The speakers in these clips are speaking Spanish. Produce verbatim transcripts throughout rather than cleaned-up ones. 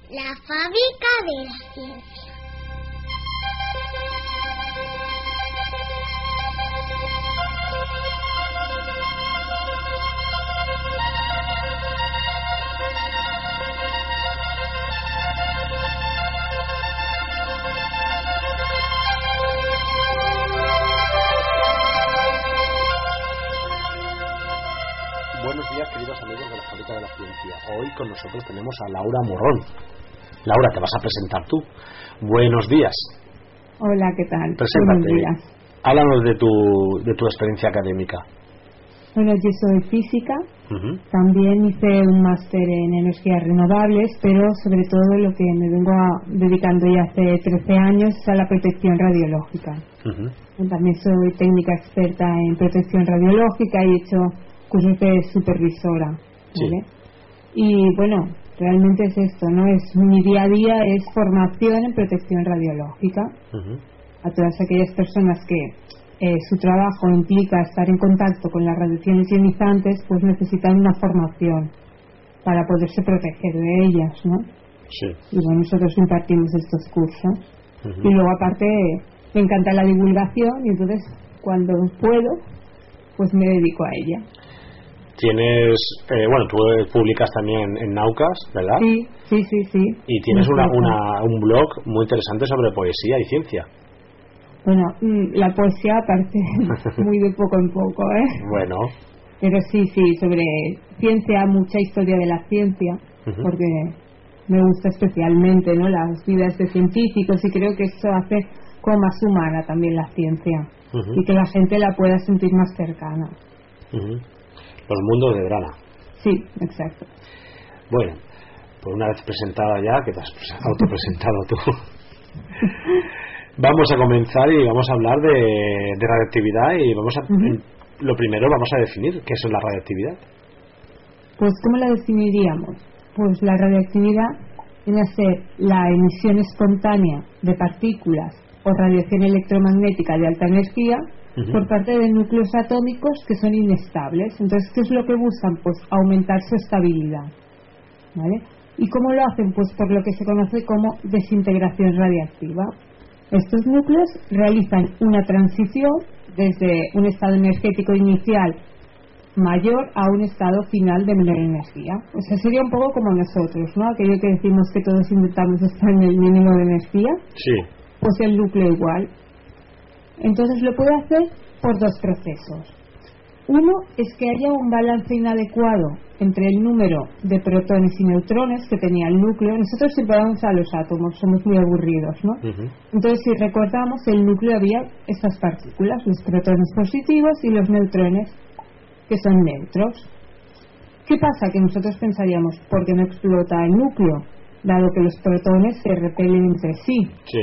La fábrica de la ciencia. Buenos días, queridos amigos de la Fábrica de la Ciencia. Hoy con nosotros tenemos a Laura Morrón. Laura, te vas a presentar tú. Buenos días. Hola, ¿qué tal? Preséntate. Buenos días. Háblanos de tu, de tu experiencia académica. Bueno, yo soy física. Uh-huh. También hice un máster en energías renovables, pero sobre todo lo que me vengo a, dedicando ya hace trece años es a la protección radiológica. Uh-huh. También soy técnica experta en protección radiológica y he hecho cursos de supervisora, ¿vale? Sí. Y bueno, realmente es esto, ¿no? Es mi día a día es formación en protección radiológica. Uh-huh. A todas aquellas personas que eh, su trabajo implica estar en contacto con las radiaciones ionizantes, pues necesitan una formación para poderse proteger de ellas, ¿no? Sí. Y bueno, nosotros impartimos estos cursos. Uh-huh. Y luego aparte me encanta la divulgación y entonces cuando puedo pues me dedico a ella. Tienes, eh, bueno, tú publicas también en Naucas, ¿verdad? Sí, sí, sí, sí. Y tienes una, una, un blog muy interesante sobre poesía y ciencia. Bueno, la poesía parece muy de poco en poco, ¿eh? Bueno. Pero sí, sí, sobre ciencia, mucha historia de la ciencia, uh-huh. porque me gusta especialmente, ¿no? Las vidas de científicos y creo que eso hace como más humana también la ciencia, uh-huh. y que la gente la pueda sentir más cercana. Uh-huh. Los mundos de Drana. Sí, exacto. Bueno, pues una vez presentada ya, que te has autopresentado tú, vamos a comenzar y vamos a hablar de, de radioactividad y vamos a, uh-huh. lo primero vamos a definir qué es la radioactividad. Pues ¿cómo la definiríamos? Pues la radioactividad viene a ser la emisión espontánea de partículas o radiación electromagnética de alta energía uh-huh. por parte de núcleos atómicos que son inestables. Entonces, ¿qué es lo que buscan? Pues aumentar su estabilidad, ¿vale? ¿Y cómo lo hacen? Pues por lo que se conoce como desintegración radiactiva. Estos núcleos realizan una transición desde un estado energético inicial mayor a un estado final de menor energía. O sea, sería un poco como nosotros, ¿no? Aquello que decimos que todos intentamos estar en el mínimo de energía. Sí. Pues el núcleo igual. Entonces lo puede hacer por dos procesos. Uno es que haya un balance inadecuado entre el número de protones y neutrones que tenía el núcleo. Nosotros siempre vamos a los átomos, somos muy aburridos, ¿no? Uh-huh. Entonces, si recordamos, el núcleo había estas partículas, los protones positivos y los neutrones que son neutros. ¿Qué pasa? Que nosotros pensaríamos, ¿por qué no explota el núcleo? Dado que los protones se repelen entre sí. Sí.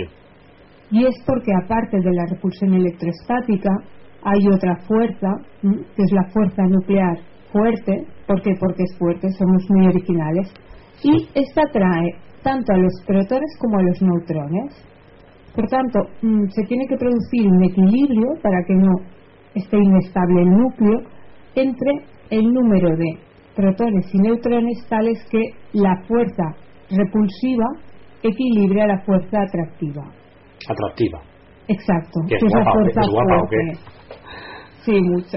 Y es porque aparte de la repulsión electrostática hay otra fuerza, que es la fuerza nuclear fuerte. ¿Por qué? Porque es fuerte, somos muy originales. Y esta atrae tanto a los protones como a los neutrones. Por tanto, se tiene que producir un equilibrio para que no esté inestable el núcleo entre el número de protones y neutrones tales que la fuerza repulsiva equilibre a la fuerza atractiva. Atractiva. Exacto. ¿Qué es que guapa, es, ¿Es guapa o qué? Sí, mucho.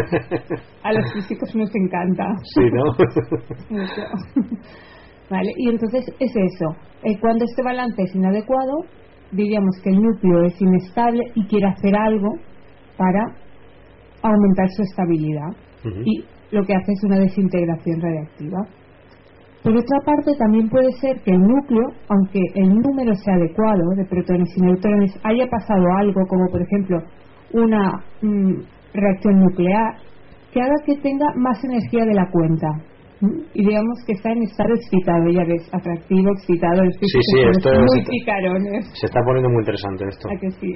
A los físicos nos encanta. Sí, ¿no? Mucho. Vale, y entonces es eso. Eh, cuando este balance es inadecuado, diríamos que el núcleo es inestable y quiere hacer algo para aumentar su estabilidad. Uh-huh. Y lo que hace es una desintegración radiactiva. Por otra parte, también puede ser que el núcleo, aunque el número sea adecuado de protones y neutrones, haya pasado algo, como por ejemplo una mm, reacción nuclear, que haga que tenga más energía de la cuenta. ¿Mm? Y digamos que está en estado excitado, ya ves, atractivo, excitado. Sí, sí, esto muy es, picarones. Se está poniendo muy interesante esto. ¿A que sí?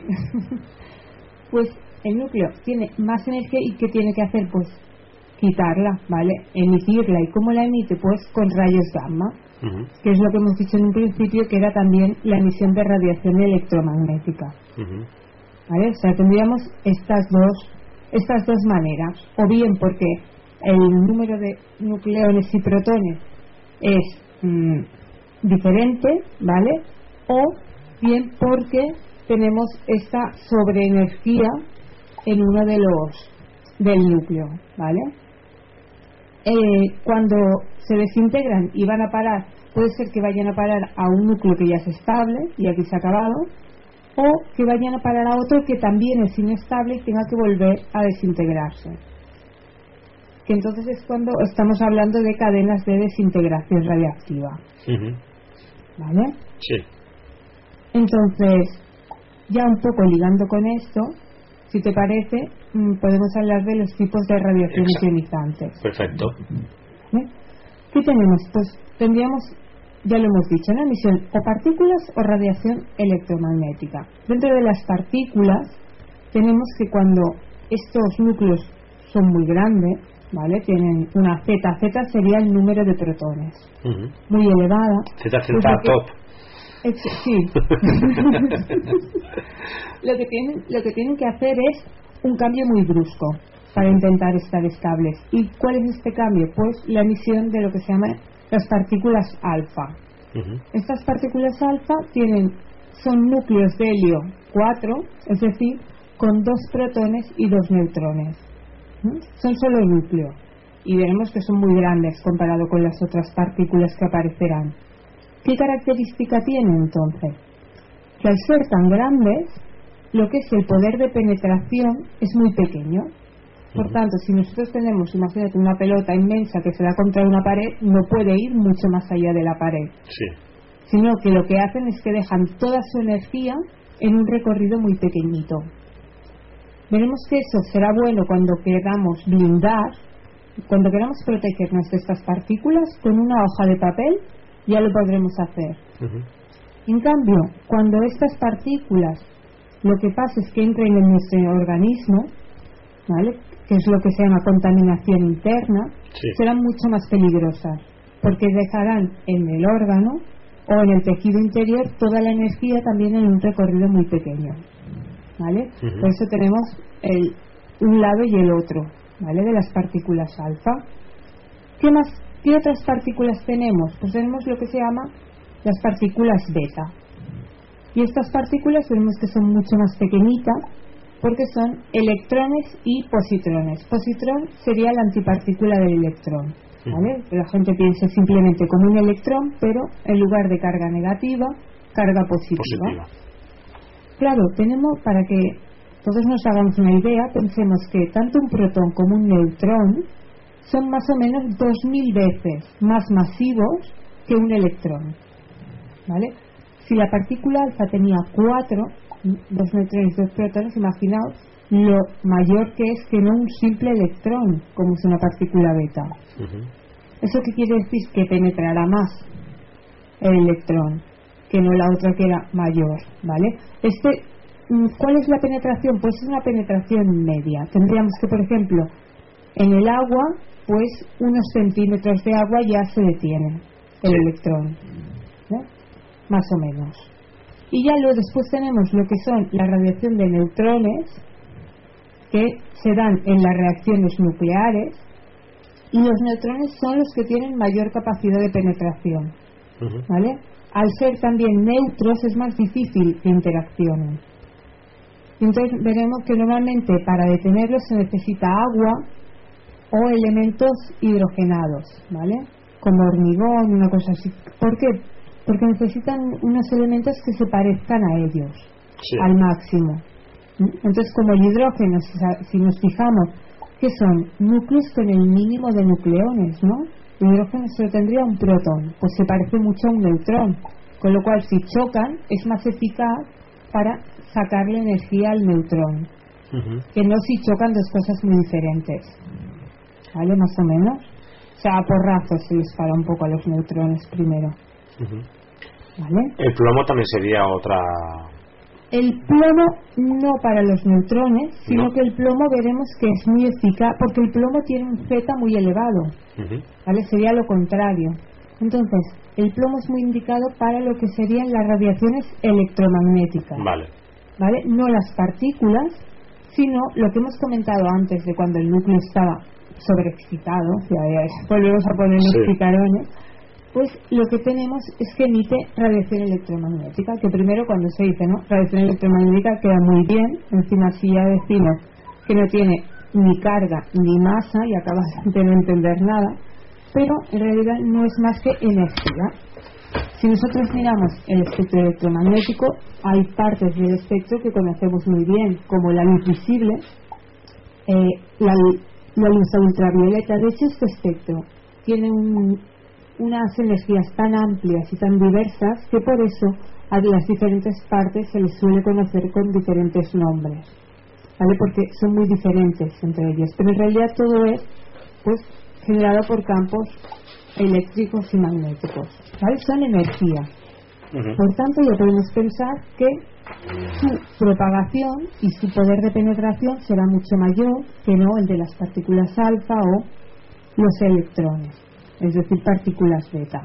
Pues el núcleo tiene más energía y ¿qué tiene que hacer? Pues quitarla, ¿vale? Emitirla. ¿Y cómo la emite? Pues con rayos gamma, uh-huh. que es lo que hemos dicho en un principio, que era también la emisión de radiación electromagnética. Uh-huh. ¿Vale? O sea, tendríamos estas dos, estas dos maneras. O bien porque el número de nucleones y protones es mmm, diferente, ¿vale? O bien porque tenemos esta sobreenergía en uno de los del núcleo, ¿vale? Eh, cuando se desintegran y van a parar, puede ser que vayan a parar a un núcleo que ya es estable y aquí se ha acabado, o que vayan a parar a otro que también es inestable y tenga que volver a desintegrarse. Que entonces es cuando estamos hablando de cadenas de desintegración radiactiva. Uh-huh. ¿Vale? Sí. Entonces, ya un poco ligando con esto, si te parece, podemos hablar de los tipos de radiaciones Exacto. ionizantes. Perfecto. ¿Vale? ¿Qué tenemos? Pues tendríamos, ya lo hemos dicho, ¿no? Emisión o partículas o radiación electromagnética. Dentro de las partículas tenemos que cuando estos núcleos son muy grandes, ¿vale? Tienen una Z, Z sería el número de protones, Uh-huh. muy elevada. Z, Z, Pues lo que- top. es- sí. lo que tienen, lo que tienen que hacer es un cambio muy brusco para intentar estar estables. ¿Y cuál es este cambio? Pues la emisión de lo que se llama las partículas alfa. Uh-huh. Estas partículas alfa tienen, son núcleos de helio cuatro, es decir, con dos protones y dos neutrones. ¿Mm? Son solo núcleo y veremos que son muy grandes comparado con las otras partículas que aparecerán. ¿Qué característica tienen entonces? Que al ser tan grandes, lo que es el poder de penetración es muy pequeño. Por Ujú. tanto, si nosotros tenemos, imagínate, una pelota inmensa que se da contra una pared, no puede ir mucho más allá de la pared, Sí. sino que lo que hacen es que dejan toda su energía en un recorrido muy pequeñito. Veremos que eso será bueno cuando queramos blindar, cuando queramos protegernos de estas partículas, con una hoja de papel ya lo podremos hacer. Uh-huh. En cambio, cuando estas partículas lo que pasa es que entren en nuestro organismo, ¿vale?, que es lo que se llama contaminación interna, Sí. serán mucho más peligrosas, porque dejarán en el órgano o en el tejido interior toda la energía también en un recorrido muy pequeño, ¿vale? Ujú. Por eso tenemos el, un lado y el otro, ¿vale?, de las partículas alfa. ¿Qué más? ¿Qué otras partículas tenemos? Pues tenemos lo que se llama las partículas beta. Y estas partículas vemos que son mucho más pequeñitas porque son electrones y positrones. Positrón sería la antipartícula del electrón, ¿vale? Que la gente piensa simplemente como un electrón, pero en lugar de carga negativa, carga positiva. Positiva. Claro, tenemos, para que todos nos hagamos una idea, pensemos que tanto un protón como un neutrón son más o menos dos mil veces más masivos que un electrón, ¿vale? Si la partícula alfa tenía cuatro, dos neutrones y dos protones, imaginaos lo mayor que es que no un simple electrón, como es una partícula beta. Uh-huh. ¿Eso qué quiere decir? Que penetrará más el electrón que no la otra que era mayor, ¿vale? Este, ¿cuál es la penetración? Pues es una penetración media. Tendríamos que, por ejemplo, en el agua, pues unos centímetros de agua ya se detiene el Sí. electrón, ¿no?, más o menos. Y ya luego después tenemos lo que son la radiación de neutrones, que se dan en las reacciones nucleares, y los neutrones son los que tienen mayor capacidad de penetración, Uh-huh. ¿vale? Al ser también neutros es más difícil que interaccionen. Entonces veremos que normalmente para detenerlos se necesita agua o elementos hidrogenados, ¿vale?, como hormigón, una cosa así. ¿Por qué? Porque necesitan unos elementos que se parezcan a ellos, Sí. al máximo. Entonces, como el hidrógeno, si- si nos fijamos, que son núcleos con el mínimo de nucleones, ¿no? El hidrógeno solo tendría un protón, pues se parece mucho a un neutrón, con lo cual si chocan es más eficaz para sacarle energía al neutrón, Uh-huh. que no si chocan dos cosas muy diferentes, ¿vale? Más o menos. O sea, a porrazos se les para un poco a los neutrones primero, Uh-huh. ¿vale? El plomo también sería otra. El plomo no para los neutrones, sino No. que el plomo veremos que es muy eficaz, porque el plomo tiene un Z muy elevado, Uh-huh. ¿vale? Sería lo contrario. Entonces, el plomo es muy indicado para lo que serían las radiaciones electromagnéticas, Vale. ¿vale? No las partículas, sino lo que hemos comentado antes de cuando el núcleo estaba sobreexcitado, ya, ya volvemos a poner los Sí. picarones, pues lo que tenemos es que emite radiación electromagnética, que primero cuando se dice, ¿no?, radiación electromagnética queda muy bien, encima si ya decimos que no tiene ni carga ni masa y acabas de no entender nada, pero en realidad no es más que energía. Si nosotros miramos el espectro electromagnético, hay partes del espectro que conocemos muy bien, como la luz visible, eh, la, la luz ultravioleta. De hecho, este espectro tiene un, unas energías tan amplias y tan diversas que por eso a las diferentes partes se les suele conocer con diferentes nombres, ¿vale? Porque son muy diferentes entre ellos, pero en realidad todo es, pues, generado por campos eléctricos y magnéticos, ¿vale? Son energía. Uh-huh. Por tanto, ya podemos pensar que su propagación y su poder de penetración será mucho mayor que no el de las partículas alfa o los electrones, es decir, partículas beta.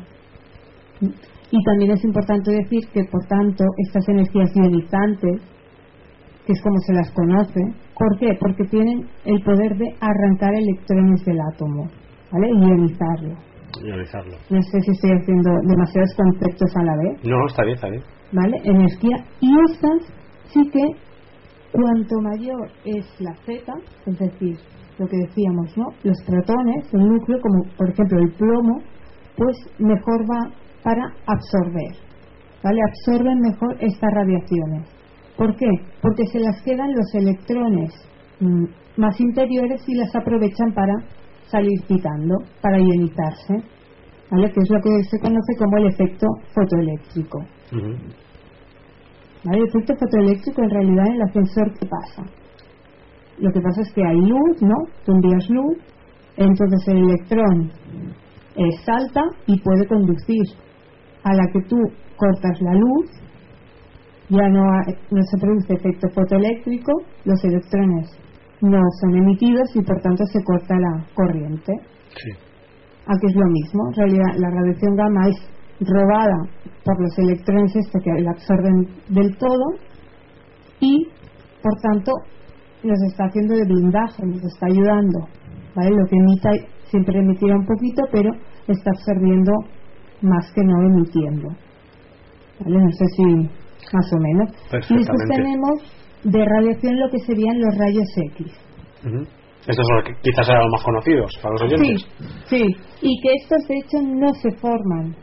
Y también es importante decir que, por tanto, estas energías ionizantes, que es como se las conoce, ¿por qué? Porque tienen el poder de arrancar electrones del átomo, ¿vale? Y ionizarlo. Ionizarlo. No sé si estoy haciendo demasiados conceptos a la vez. No, está bien, está bien. ¿Vale? Energía. Y estas sí que, cuanto mayor es la Z, es decir, lo que decíamos, ¿no?, los protones, el núcleo, como por ejemplo el plomo, pues mejor va para absorber, ¿vale? Absorben mejor estas radiaciones. ¿Por qué? Porque se las quedan los electrones mmm, más interiores y las aprovechan para salir pitando, para ionizarse, ¿vale? Que es lo que se conoce como el efecto fotoeléctrico. Uh-huh. ¿Vale? El efecto fotoeléctrico, en realidad, en el ascensor, ¿qué pasa? Lo que pasa es que hay luz, ¿no? Tú envías luz, entonces el electrón eh, salta y puede conducir. A la que tú cortas la luz, ya no, hay, no se produce efecto fotoeléctrico, los electrones no son emitidos y por tanto se corta la corriente. Sí. Aquí es lo mismo. En realidad la radiación gamma es robada por los electrones estos que la absorben del todo y por tanto nos está haciendo de blindaje, nos está ayudando, ¿vale? Lo que emita siempre emitirá un poquito, pero está absorbiendo más que no emitiendo, ¿vale? No sé si más o menos. Y después tenemos de radiación lo que serían los rayos X. Uh-huh. Estos son quizás eran los más conocidos para los oyentes. Sí, sí, y que estos de hecho no se forman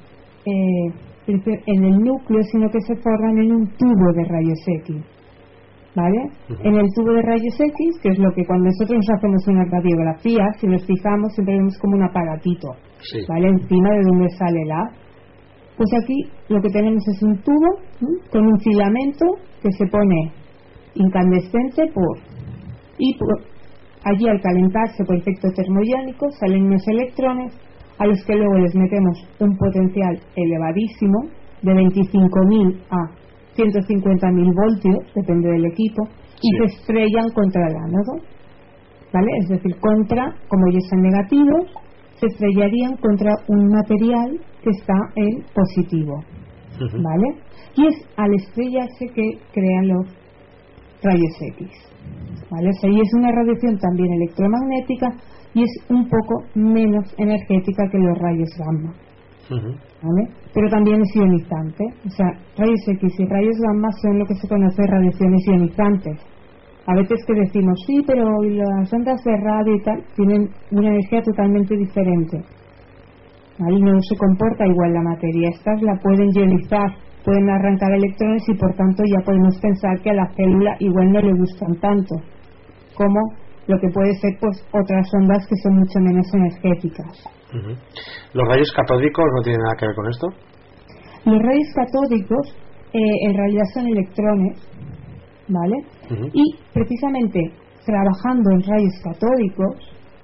eh, en el núcleo, sino que se forman en un tubo de rayos X, ¿vale? Uh-huh. En el tubo de rayos X, que es lo que cuando nosotros nos hacemos una radiografía, si nos fijamos siempre vemos como un aparatito, sí, ¿vale? Encima de donde sale la. Pues aquí lo que tenemos es un tubo ¿sí?, con un filamento que se pone incandescente por y por, allí al calentarse por efecto termoiónico salen unos electrones a los que luego les metemos un potencial elevadísimo de veinticinco mil a ciento cincuenta mil voltios, depende del equipo, y sí, se estrellan contra el ánodo, ¿vale? Es decir, contra, como ellos son negativos, se estrellarían contra un material que está en positivo, uh-huh, ¿vale? Y es al estrellarse que crean los rayos X, ¿vale? O sea, y es una radiación también electromagnética y es un poco menos energética que los rayos gamma, uh-huh, ¿vale? Pero también es ionizante. O sea, rayos X y rayos gamma son lo que se conoce radiaciones ionizantes. A veces que decimos, sí, pero las ondas de radio y tal tienen una energía totalmente diferente, ¿vale? No se comporta igual la materia. Estas la pueden ionizar, pueden arrancar electrones y por tanto ya podemos pensar que a la célula igual no le gustan tanto como lo que puede ser pues otras ondas que son mucho menos energéticas. Uh-huh. ¿Los rayos catódicos no tienen nada que ver con esto? Los rayos catódicos eh, en realidad son electrones, ¿vale? Uh-huh. Y precisamente trabajando en rayos catódicos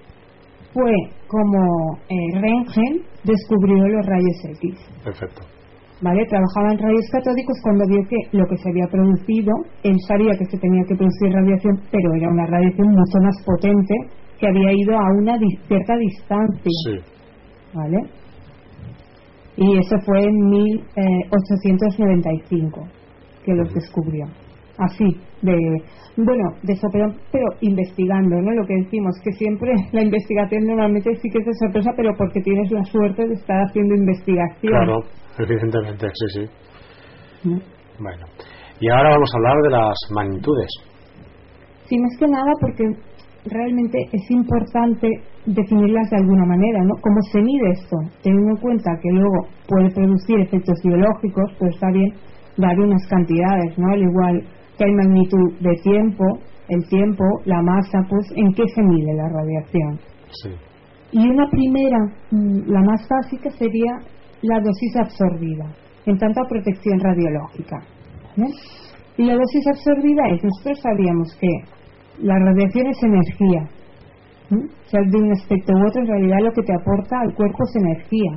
fue como eh, Röntgen descubrió los rayos X. Perfecto. ¿Vale? Trabajaba en rayos catódicos cuando vio que lo que se había producido, él sabía que se tenía que producir radiación, pero era una radiación mucho más potente que había ido a una di- cierta distancia. Sí. ¿Vale? Y eso fue en mil ochocientos noventa y cinco que los descubrió. así, de bueno, de sopetón, pero investigando, ¿no? Lo que decimos, que siempre la investigación normalmente sí que es de sorpresa, pero porque tienes la suerte de estar haciendo investigación. Claro, evidentemente, sí, sí. ¿No? Bueno, y ahora vamos a hablar de las magnitudes. Sí, más que nada porque realmente es importante definirlas de alguna manera, ¿no? ¿Cómo se mide esto? Teniendo en cuenta que luego puede producir efectos biológicos, pues está bien dar unas cantidades, ¿no? Al igual que hay magnitud de tiempo, el tiempo, la masa, pues ¿en qué se mide la radiación? Sí. Y una primera, la más básica, sería la dosis absorbida, en tanto a protección radiológica, ¿vale? Y la dosis absorbida es, nosotros sabíamos que la radiación es energía, ¿sí? O sea, de un aspecto u otro, en realidad lo que te aporta al cuerpo es energía.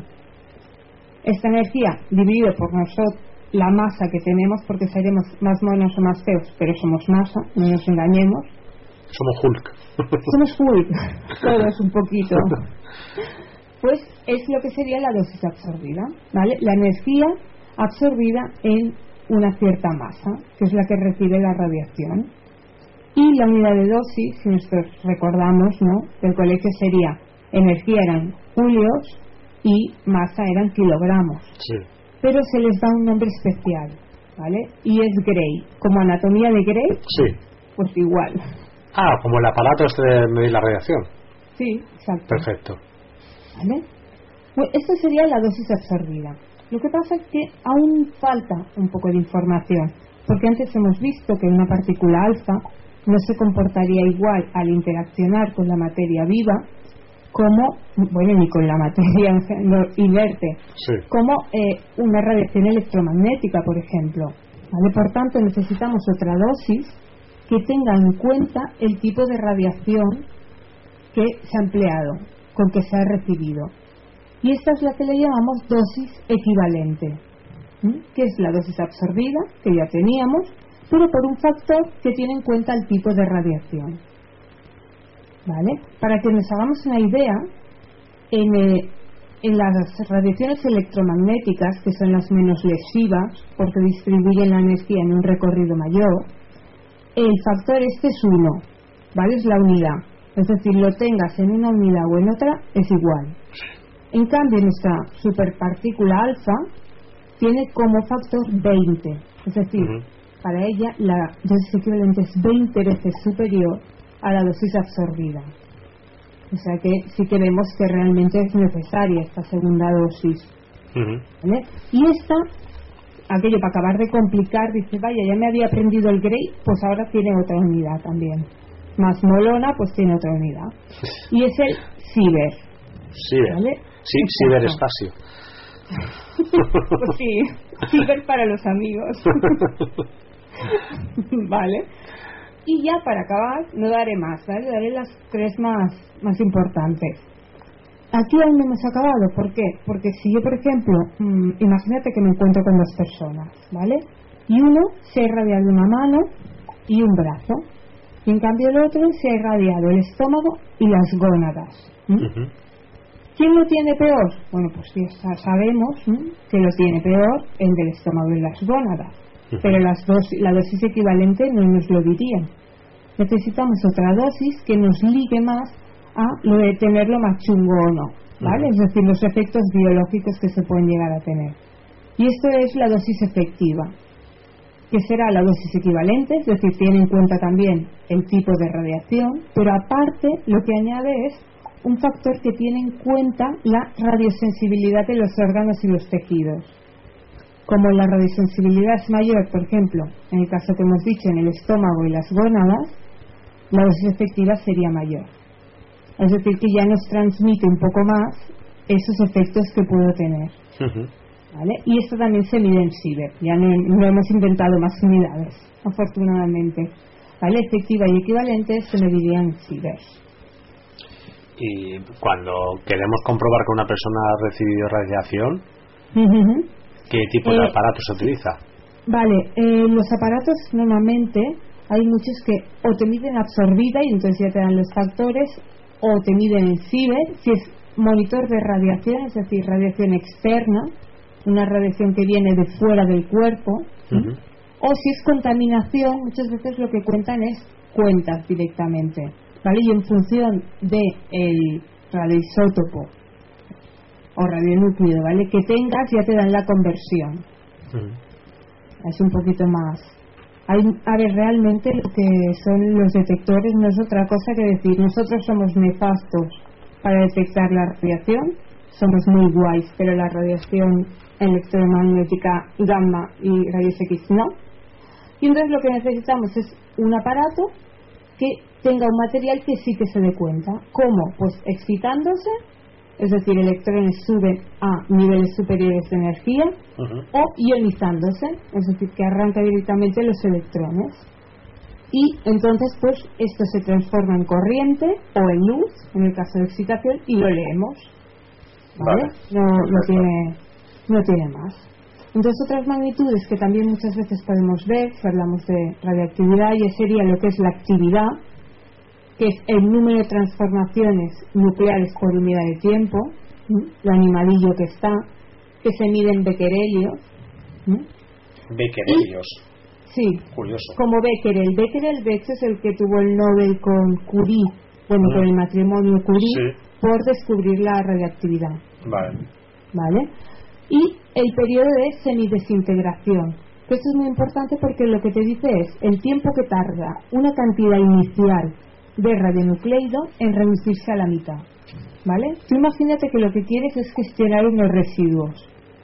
Esta energía, dividida por nosotros, la masa que tenemos, porque seremos más monos o más feos, pero somos masa, no nos engañemos. Somos Hulk. Somos Hulk, todos un poquito. Pues es lo que sería la dosis absorbida, ¿vale? La energía absorbida en una cierta masa, que es la que recibe la radiación. Y la unidad de dosis, si nosotros recordamos, ¿no?, del colegio, sería energía eran julios y masa eran kilogramos. Sí. Pero se les da un nombre especial, ¿vale? Y es Gray. Como anatomía de Gray, Sí. pues igual. Ah, como el aparato este de medir la radiación. Sí, exacto. Perfecto. ¿Vale? Pues esto sería la dosis absorbida. Lo que pasa es que aún falta un poco de información, porque antes hemos visto que una partícula alfa no se comportaría igual al interaccionar con la materia viva como, bueno, ni con la materia inerte, Sí. como eh, una radiación electromagnética, por ejemplo, ¿vale? Por tanto, necesitamos otra dosis que tenga en cuenta el tipo de radiación que se ha empleado, con que se ha recibido. Y esta es la que le llamamos dosis equivalente, ¿m? Que es la dosis absorbida, que ya teníamos, pero por un factor que tiene en cuenta el tipo de radiación. ¿Vale? Para que nos hagamos una idea, en, eh, en las radiaciones electromagnéticas, que son las menos lesivas, porque distribuyen la energía en un recorrido mayor, el factor este es uno, ¿vale? Es la unidad. Es decir, lo tengas en una unidad o en otra, es igual. En cambio, nuestra superpartícula alfa tiene como factor veinte. Es decir, uh-huh. para ella la dosis equivalente es veinte veces superior a la dosis absorbida. O sea que sí que vemos que realmente es necesaria esta segunda dosis. Uh-huh. ¿Vale? Y esta, aquello para acabar de complicar, dice, vaya, ya me había aprendido el Gray, pues ahora tiene otra unidad también. Más molona, pues tiene otra unidad. Y es el Ciber. Ciber. ¿Vale? Sí, ciberespacio. Pues sí, Ciber para los amigos. Vale. Y ya para acabar, no daré más, ¿vale? Daré las tres más, más importantes. Aquí aún no hemos acabado. ¿Por qué? Porque si yo, por ejemplo, mmm, imagínate que me encuentro con dos personas, ¿vale? Y uno se ha irradiado una mano y un brazo. Y en cambio el otro se ha irradiado el estómago y las gónadas. ¿Mm? Uh-huh. ¿Quién lo tiene peor? Bueno, pues ya sabemos, ¿m? que lo tiene peor el del estómago y las gónadas. Uh-huh. Pero las dos, la dosis equivalente no nos lo dirían. Necesitamos otra dosis que nos ligue más a lo de tenerlo más chungo o no, ¿vale? Uh-huh. Es decir, los efectos biológicos que se pueden llegar a tener. Y esto es la dosis efectiva, que será la dosis equivalente, es decir, tiene en cuenta también el tipo de radiación, pero aparte lo que añade es un factor que tiene en cuenta la radiosensibilidad de los órganos y los tejidos. Como la radiosensibilidad es mayor, por ejemplo, en el caso que hemos dicho, en el estómago y las gónadas, la dosis efectiva sería mayor. Es decir, que ya nos transmite un poco más esos efectos que puedo tener. Uh-huh. ¿Vale? Y esto también se mide en Ciber. Ya no, no hemos inventado más unidades, afortunadamente. ¿Vale? Efectiva y equivalente se medirían en Ciber. Y cuando queremos comprobar que una persona ha recibido radiación, uh-huh. ¿qué tipo de eh, aparato se utiliza? Vale, eh, los aparatos normalmente hay muchos que o te miden absorbida y entonces ya te dan los factores, o te miden en Ciber, si es monitor de radiación, es decir, radiación externa, una radiación que viene de fuera del cuerpo, ¿sí? Uh-huh. O si es contaminación, muchas veces lo que cuentan es cuentas directamente, ¿vale? Y en función del radioisótopo o radionúclido, ¿vale?, que tengas, ya te dan la conversión. Mm. Es un poquito más. Hay, a ver, realmente lo que son los detectores no es otra cosa que decir, nosotros somos nefastos para detectar la radiación, somos muy guays, pero la radiación electromagnética gamma y rayos X no. Y entonces lo que necesitamos es un aparato que tenga un material que sí que se dé cuenta. ¿Cómo? Pues excitándose, es decir, electrones suben a niveles superiores de energía, uh-huh. o ionizándose, es decir, que arranca directamente los electrones. Y entonces pues esto se transforma en corriente o en luz, en el caso de excitación, y lo leemos. ¿Vale? Vale. No, no, tiene, no tiene más. Entonces otras magnitudes que también muchas veces podemos ver, si hablamos de radioactividad, ya sería lo que es la actividad, que es el número de transformaciones nucleares por unidad de tiempo, ¿sí?, lo animalillo que está, que se mide en becquerelios. ¿sí? Becquerelios. Sí, curioso. Como Becquerel. Becquerel, de hecho, es el que tuvo el Nobel con Curie, bueno, mm. con el matrimonio Curie, sí. por descubrir la radioactividad. Vale. Vale. Y el periodo de semidesintegración. Esto es muy importante porque lo que te dice es el tiempo que tarda una cantidad inicial de radionucleido en reducirse a la mitad. ¿Vale? Tú imagínate que lo que quieres es gestionar unos residuos.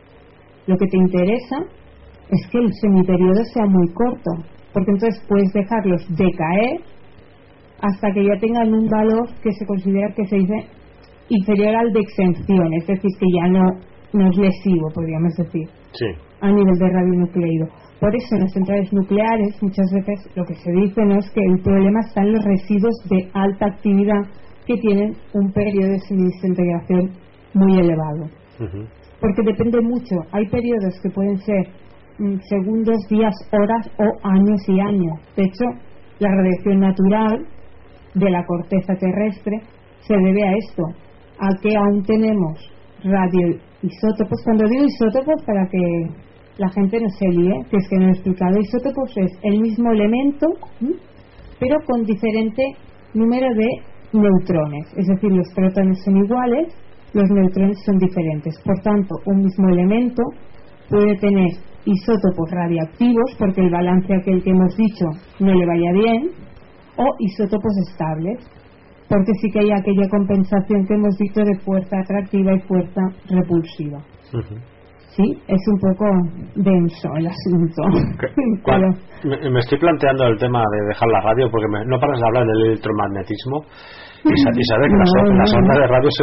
Lo que te interesa es que el semiperiodo sea muy corto, porque entonces puedes dejarlos decaer hasta que ya tengan un valor que se considera, que se dice, inferior al de exención, es decir, que ya no, no es lesivo, podríamos decir, sí. a nivel de radionucleido. Por eso en las centrales nucleares muchas veces lo que se dice no es que el problema está en los residuos de alta actividad que tienen un periodo de semidesintegración muy elevado. Uh-huh. Porque depende mucho. Hay periodos que pueden ser mm, segundos, días, horas o años y años. De hecho, la radiación natural de la corteza terrestre se debe a esto, a que aún tenemos radioisótopos. Cuando digo isótopos, para que la gente no se líe, que es que no he explicado, isótopos es el mismo elemento, ¿sí?, pero con diferente número de neutrones, es decir, los protones son iguales, los neutrones son diferentes. Por tanto, un mismo elemento puede tener isótopos radiactivos, porque el balance aquel que hemos dicho no le vaya bien, o isótopos estables, porque sí que hay aquella compensación que hemos dicho de fuerza atractiva y fuerza repulsiva. Uh-huh. Sí, es un poco denso el asunto. Pero... me, me estoy planteando el tema de dejar la radio, porque me, no paras de hablar del electromagnetismo y, y sabes que no, las, no, las ondas no. de radio se,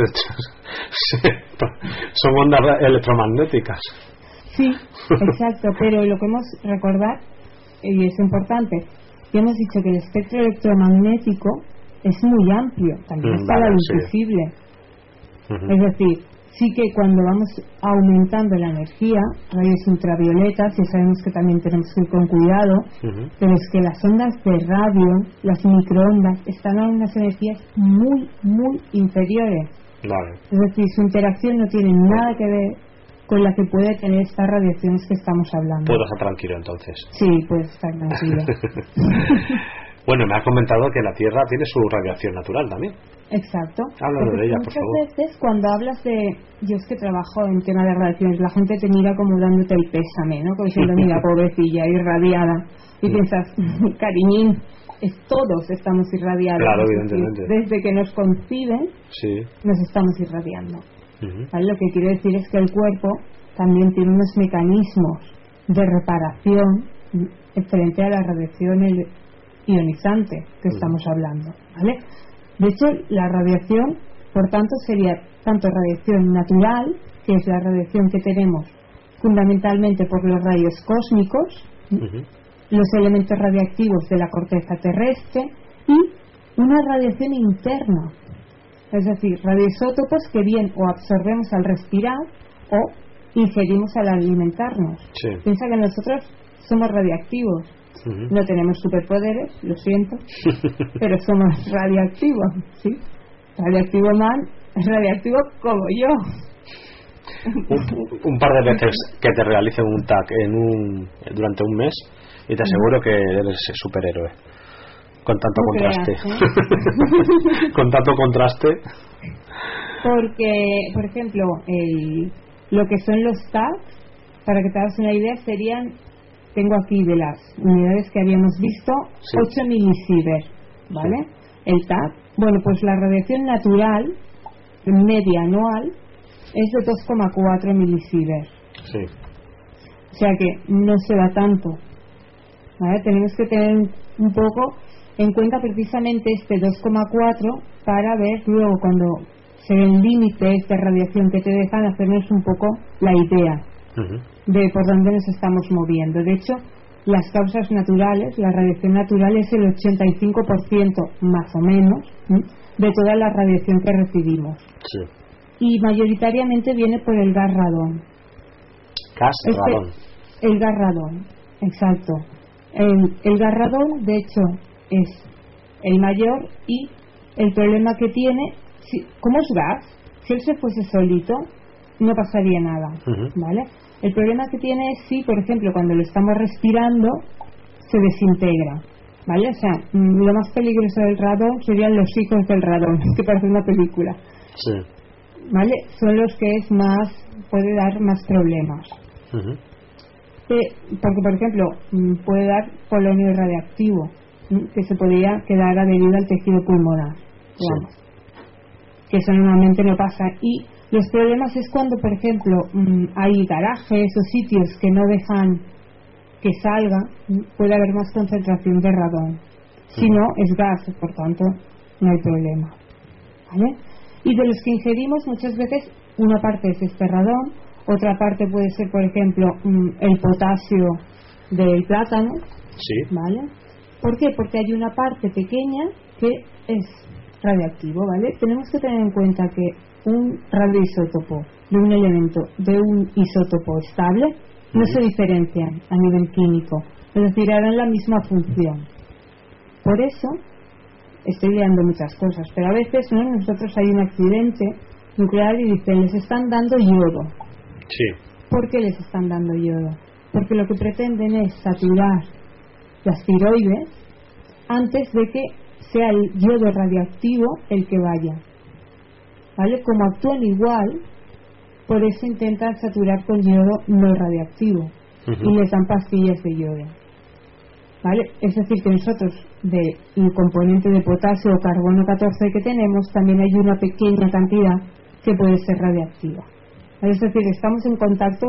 se, son ondas electromagnéticas. Sí, exacto, pero lo que hemos recordar, y es importante, que hemos dicho que el espectro electromagnético es muy amplio, también mm, está vale, la luz visible. Sí. Uh-huh. Es decir, sí que cuando vamos aumentando la energía, rayos ultravioletas, y sabemos que también tenemos que ir con cuidado, uh-huh. pero es que las ondas de radio, las microondas, están a unas energías muy, muy inferiores. Vale. Es decir, su interacción no tiene nada que ver con la que puede tener estas radiaciones que estamos hablando. Puedo estar tranquilo entonces. Sí, puedes estar tranquilo. Bueno, me has comentado que la Tierra tiene su radiación natural también. Exacto. Háblanos de ella, por favor. Muchas veces cuando hablas de... Yo es que trabajo en tema de radiaciones, la gente te mira como dándote el pésame, ¿no? Como diciendo, mira, pobrecilla, irradiada. Y piensas, cariñín, es, todos estamos irradiados. Claro, evidentemente. Desde que nos conciben, sí. nos estamos irradiando. Uh-huh. ¿Vale? Lo que quiero decir es que el cuerpo también tiene unos mecanismos de reparación frente a la radiación el, ionizante que uh-huh. estamos hablando, ¿vale? De hecho, la radiación, por tanto, sería tanto radiación natural, que es la radiación que tenemos fundamentalmente por los rayos cósmicos, uh-huh. los elementos radiactivos de la corteza terrestre, y una radiación interna, es decir, radioisótopos que bien o absorbemos al respirar o ingerimos al alimentarnos. Sí. Piensa que nosotros somos radiactivos. Uh-huh. No tenemos superpoderes, lo siento, pero somos radioactivos, ¿sí? Radioactivo man es radioactivo como yo. Un, un par de veces que te realicen un T A C en un, durante un mes, Y te aseguro que eres superhéroe. Con tanto No contraste. creas, ¿eh? Con tanto contraste. Porque, por ejemplo, el, lo que son los tags, para que te hagas una idea, serían, tengo aquí de las unidades que habíamos visto, Sí. ocho milisievert, ¿vale? Sí. El tag, bueno, pues la radiación natural, media anual, es de dos coma cuatro milisievert. Sí. O sea que no se da tanto, ¿vale? Tenemos que tener un poco en cuenta precisamente este dos coma cuatro para ver luego cuando se ven límites de radiación que te dejan, hacernos un poco la idea Uh-huh. de por dónde nos estamos moviendo. De hecho, las causas naturales, la radiación natural es el ochenta y cinco por ciento más o menos, ¿sí?, de toda la radiación que recibimos. Sí. Y mayoritariamente viene por el gas radón. Gas Este- radón. El gas radón, exacto. El, el gas radón, de hecho, es el mayor, y el problema que tiene, si, como es gas, si él se fuese solito, no pasaría nada, Ujú. ¿vale? El problema que tiene es si, por ejemplo, cuando lo estamos respirando, se desintegra, ¿vale? O sea, mm, lo más peligroso del radón serían los hijos del radón, que parece una película, Sí. ¿vale? Son los que es más, puede dar más problemas. Ujú. Que- porque, por ejemplo, mm, puede dar polonio radiactivo, mm, que se podría quedar adherido al tejido pulmonar, digamos. Que eso normalmente no pasa. Y los problemas es cuando, por ejemplo, mm, hay garajes o sitios que no dejan que salga, mm, puede haber más concentración de radón. Si Ujú. no, es gas, por tanto, no hay problema, ¿vale? Y de los que ingerimos, muchas veces, una parte es este radón, otra parte puede ser, por ejemplo, mm, el potasio del plátano, Sí. ¿vale? ¿Por qué? Porque hay una parte pequeña que es radiactivo, ¿vale? Tenemos que tener en cuenta que un radioisótopo de un elemento de un isótopo estable no Ujú. se diferencian a nivel químico, es decir, harán la misma función. Por eso, estoy liando muchas cosas, pero a veces, ¿no?, nosotros hay un accidente nuclear y dicen, les están dando yodo. Sí. ¿Por qué les están dando yodo? Porque lo que pretenden es saturar las tiroides antes de que sea el yodo radioactivo el que vaya, ¿vale? Como actúan igual, por eso intentan saturar con yodo no radioactivo. Ujú. Y les dan pastillas de yodo, ¿vale? Es decir, que nosotros del componente de potasio o carbono catorce que tenemos, también hay una pequeña cantidad que puede ser radiactiva. Es decir, estamos en contacto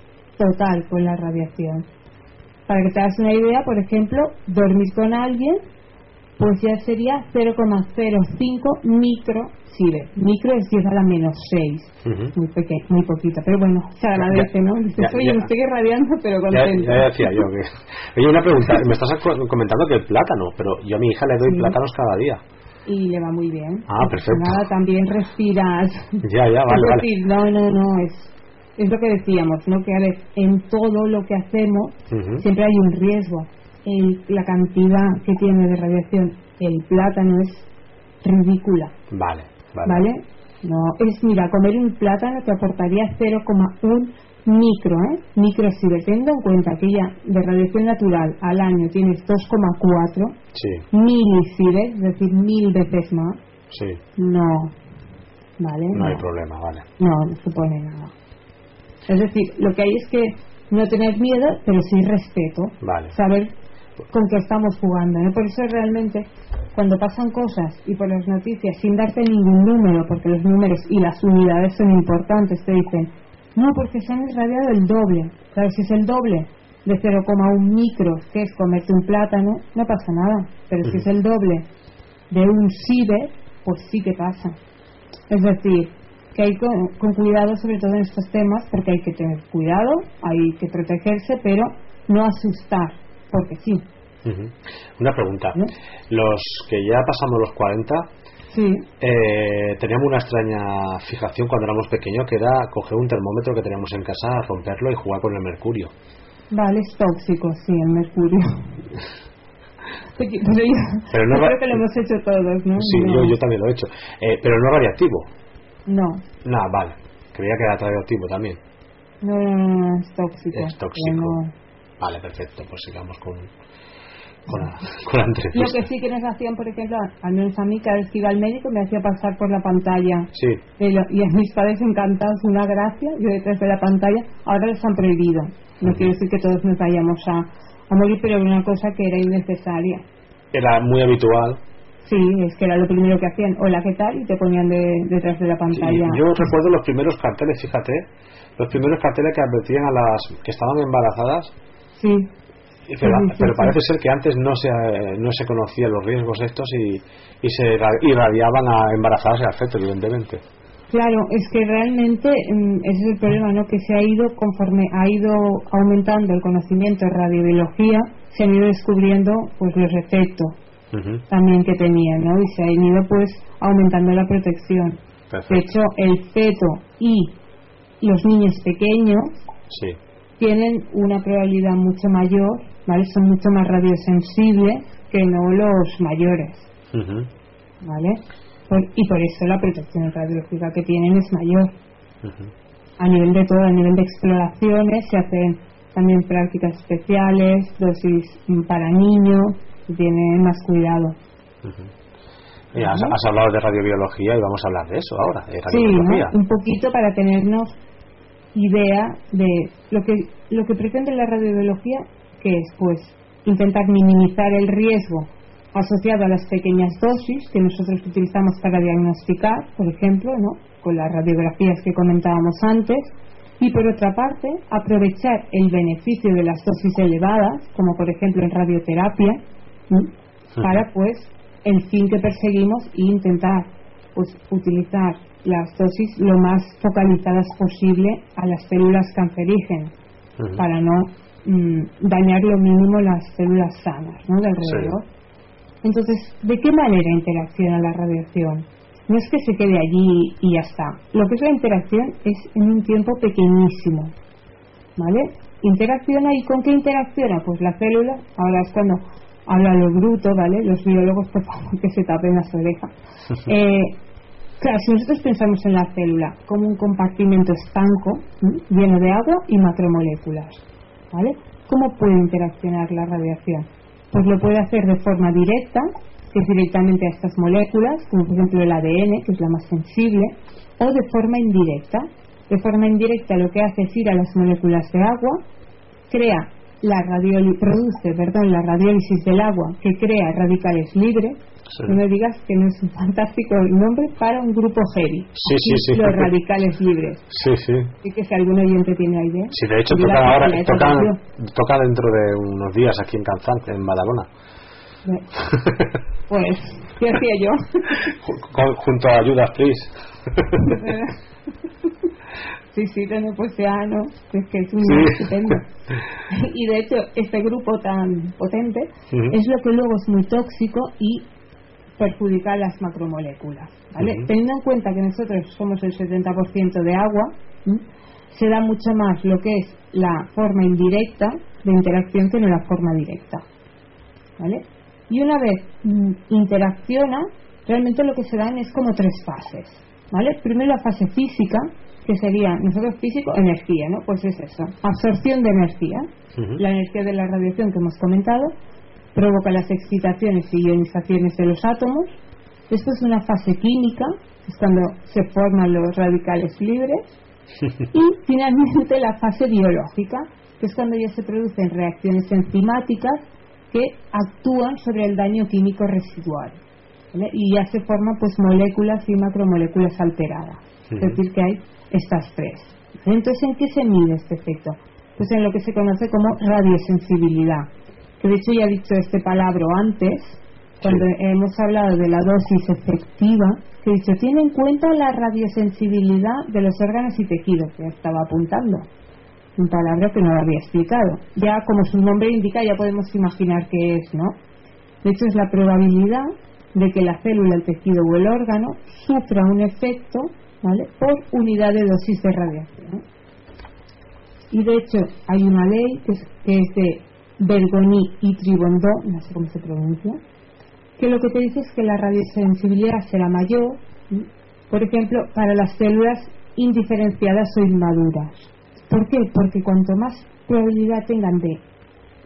total con la radiación. Para que te hagas una idea, por ejemplo, dormir con alguien, pues ya sería cero coma cero cinco microsievert. Micro es diez a la menos seis. Ujú. Muy pequeño, muy poquito, pero bueno, se agradece, ¿no? Dices, ya, oye, ya. me estoy irradiando, pero Ya, contento. ya decía yo que... Oye, una pregunta. Me estás co- comentando que el plátano, pero yo a mi hija le doy Sí. plátanos cada día. Y le va muy bien. Ah, No pasa perfecto. Nada, también respiras. Ya, ya, vale, es vale. decir, no, no, no, es, es lo que decíamos, ¿no? Que a ver, en todo lo que hacemos Ujú. siempre hay un riesgo. El, la cantidad que tiene de radiación el plátano es ridícula, Vale, vale. ¿vale? No, es, mira, comer un plátano te aportaría cero coma uno micro, ¿eh? Microsievert, teniendo en cuenta que ya de radiación natural al año tienes dos coma cuatro Sí, milisievert, es decir, mil veces más. sí. No, ¿vale? No hay problema, vale. No, no supone nada. Es decir, lo que hay es que no tener miedo, pero sí respeto. Vale. Saber con qué estamos jugando, ¿no? Por eso realmente, cuando pasan cosas y por las noticias, sin darte ningún número, porque los números y las unidades son importantes, te dicen, no, porque se han irradiado el doble. Claro, si es el doble de cero coma uno micros, que es comerte un plátano, no pasa nada. Pero si Ujú. es el doble de un sievert, pues sí que pasa. Es decir, que hay con, con cuidado, sobre todo en estos temas, porque hay que tener cuidado, hay que protegerse, pero no asustar, porque sí. Ujú. Una pregunta. ¿No? Los que ya pasamos los cuarenta, Sí, eh, teníamos una extraña fijación cuando éramos pequeños, que era coger un termómetro que teníamos en casa, romperlo y jugar con el mercurio. vale, es tóxico, sí, el mercurio. Pero yo, Pero no yo ra- creo que lo hemos hecho todos, ¿no? Sí, no, yo, yo también lo he hecho. Eh, pero no radiactivo. no, Nada, vale. Creía que era radioactivo también. no, no, no, no, es tóxico. Es tóxico. pero no. Vale, perfecto, pues sigamos con, con, la, con la entrevista. Lo que sí que nos hacían, por ejemplo, al menos a mí, cada vez que iba al médico me hacía pasar por la pantalla. Sí. De lo, y a mis padres encantados, una gracia, yo detrás de la pantalla. Ahora les han prohibido. No uh-huh. quiero decir que todos nos vayamos a, a morir, pero era una cosa que era innecesaria. Era muy habitual. Sí, es que era lo primero que hacían. Hola, ¿qué tal? Y te ponían de, detrás de la pantalla. Sí, yo recuerdo los primeros carteles, fíjate, los primeros carteles que advertían a las que estaban embarazadas. Sí. Pero, sí, sí, pero sí, parece sí. ser que antes no se no se conocían los riesgos estos y, y se irradiaban a embarazadas y al feto, evidentemente. Claro, es que realmente ese es el problema, ¿no? Que se ha ido, conforme ha ido aumentando el conocimiento de radiobiología, se han ido descubriendo pues los efectos uh-huh. también que tenía, ¿no? Y se ha ido pues aumentando la protección. Perfecto. De hecho, el feto y los niños pequeños sí. tienen una probabilidad mucho mayor, ¿vale? Son mucho más radiosensibles que no los mayores, uh-huh. ¿vale? Por, y por eso la protección radiológica que tienen es mayor. Uh-huh. A nivel de todo, a nivel de exploraciones, se hacen también prácticas especiales, dosis para niños, y tienen más cuidado. Uh-huh. Mira, has, has hablado de radiobiología y vamos a hablar de eso ahora, de radiobiología. Sí, ¿no? Un poquito para tenernos idea de lo que lo que pretende la radiobiología, que es pues intentar minimizar el riesgo asociado a las pequeñas dosis que nosotros utilizamos para diagnosticar, por ejemplo, ¿no? Con las radiografías que comentábamos antes, y por otra parte aprovechar el beneficio de las dosis elevadas, como por ejemplo en radioterapia, ¿no? Para pues el fin que perseguimos e intentar pues utilizar las dosis lo más focalizadas posible a las células cancerígenas, uh-huh. para no mm, dañar lo mínimo las células sanas, ¿no? de alrededor. Sí. Entonces, ¿de qué manera interacciona la radiación? No es que se quede allí y ya está. Lo que es la interacción es en un tiempo pequeñísimo, ¿vale? Interacciona, ¿y con qué interacciona? Pues la célula, ahora es cuando habla lo bruto, ¿vale? Los biólogos, por favor, que se tapen las orejas. Eh, claro, si nosotros pensamos en la célula como un compartimento estanco, ¿sí? lleno de agua y macromoléculas, ¿vale? ¿Cómo puede interaccionar la radiación? Pues lo puede hacer de forma directa, que es directamente a estas moléculas, como por ejemplo el A D N, que es la más sensible, o de forma indirecta. De forma indirecta lo que hace es ir a las moléculas de agua, crea la radioli- produce, perdón, la radiólisis del agua, que crea radicales libres. Sí. No me digas que no es un fantástico nombre para un grupo heavy. Sí, sí, sí. Los radicales libres. Sí, sí. Así que si algún oyente tiene idea. Sí, de hecho toca ahora, toca, toca dentro de unos días aquí en Canzán, en Badalona. Pues, ¿qué hacía yo? Junto a Judas Priest. Sí, sí, no, pues ya no, es que es un sí. estupendo. Y de hecho, este grupo tan potente uh-huh. es lo que luego es muy tóxico y perjudica a las macromoléculas, ¿vale? Uh-huh. Teniendo en cuenta que nosotros somos el setenta por ciento de agua, ¿sí? se da mucho más lo que es la forma indirecta de interacción que no la forma directa, ¿vale? Y una vez mm, interacciona, realmente lo que se dan es como tres fases, ¿vale? Primero la fase física, que sería, nosotros físico, energía, ¿no? Pues es eso, absorción de energía. Uh-huh. La energía de la radiación que hemos comentado provoca las excitaciones y ionizaciones de los átomos. Después una fase química, que es cuando se forman los radicales libres. Y finalmente la fase biológica, que es cuando ya se producen reacciones enzimáticas que actúan sobre el daño químico residual, ¿vale? Y ya se forman pues moléculas y macromoléculas alteradas. Uh-huh. Es decir, que hay estas tres. Entonces, ¿en qué se mide este efecto? Pues en lo que se conoce como radiosensibilidad, que de hecho ya he dicho este palabra antes, cuando sí. hemos hablado de la dosis efectiva, que he dicho, tiene en cuenta la radiosensibilidad de los órganos y tejidos, que ya estaba apuntando, un palabra que no lo había explicado. Ya como su nombre indica, ya podemos imaginar qué es, ¿no? De hecho, es la probabilidad de que la célula, el tejido o el órgano sufra un efecto, ¿vale?, por unidad de dosis de radiación. Y de hecho hay una ley que es, que es de Bergoni y Tribondó, no sé cómo se pronuncia, que lo que te dice es que la radiosensibilidad será mayor, ¿sí?, por ejemplo, para las células indiferenciadas o inmaduras. ¿Por qué? Porque cuanto más probabilidad tengan de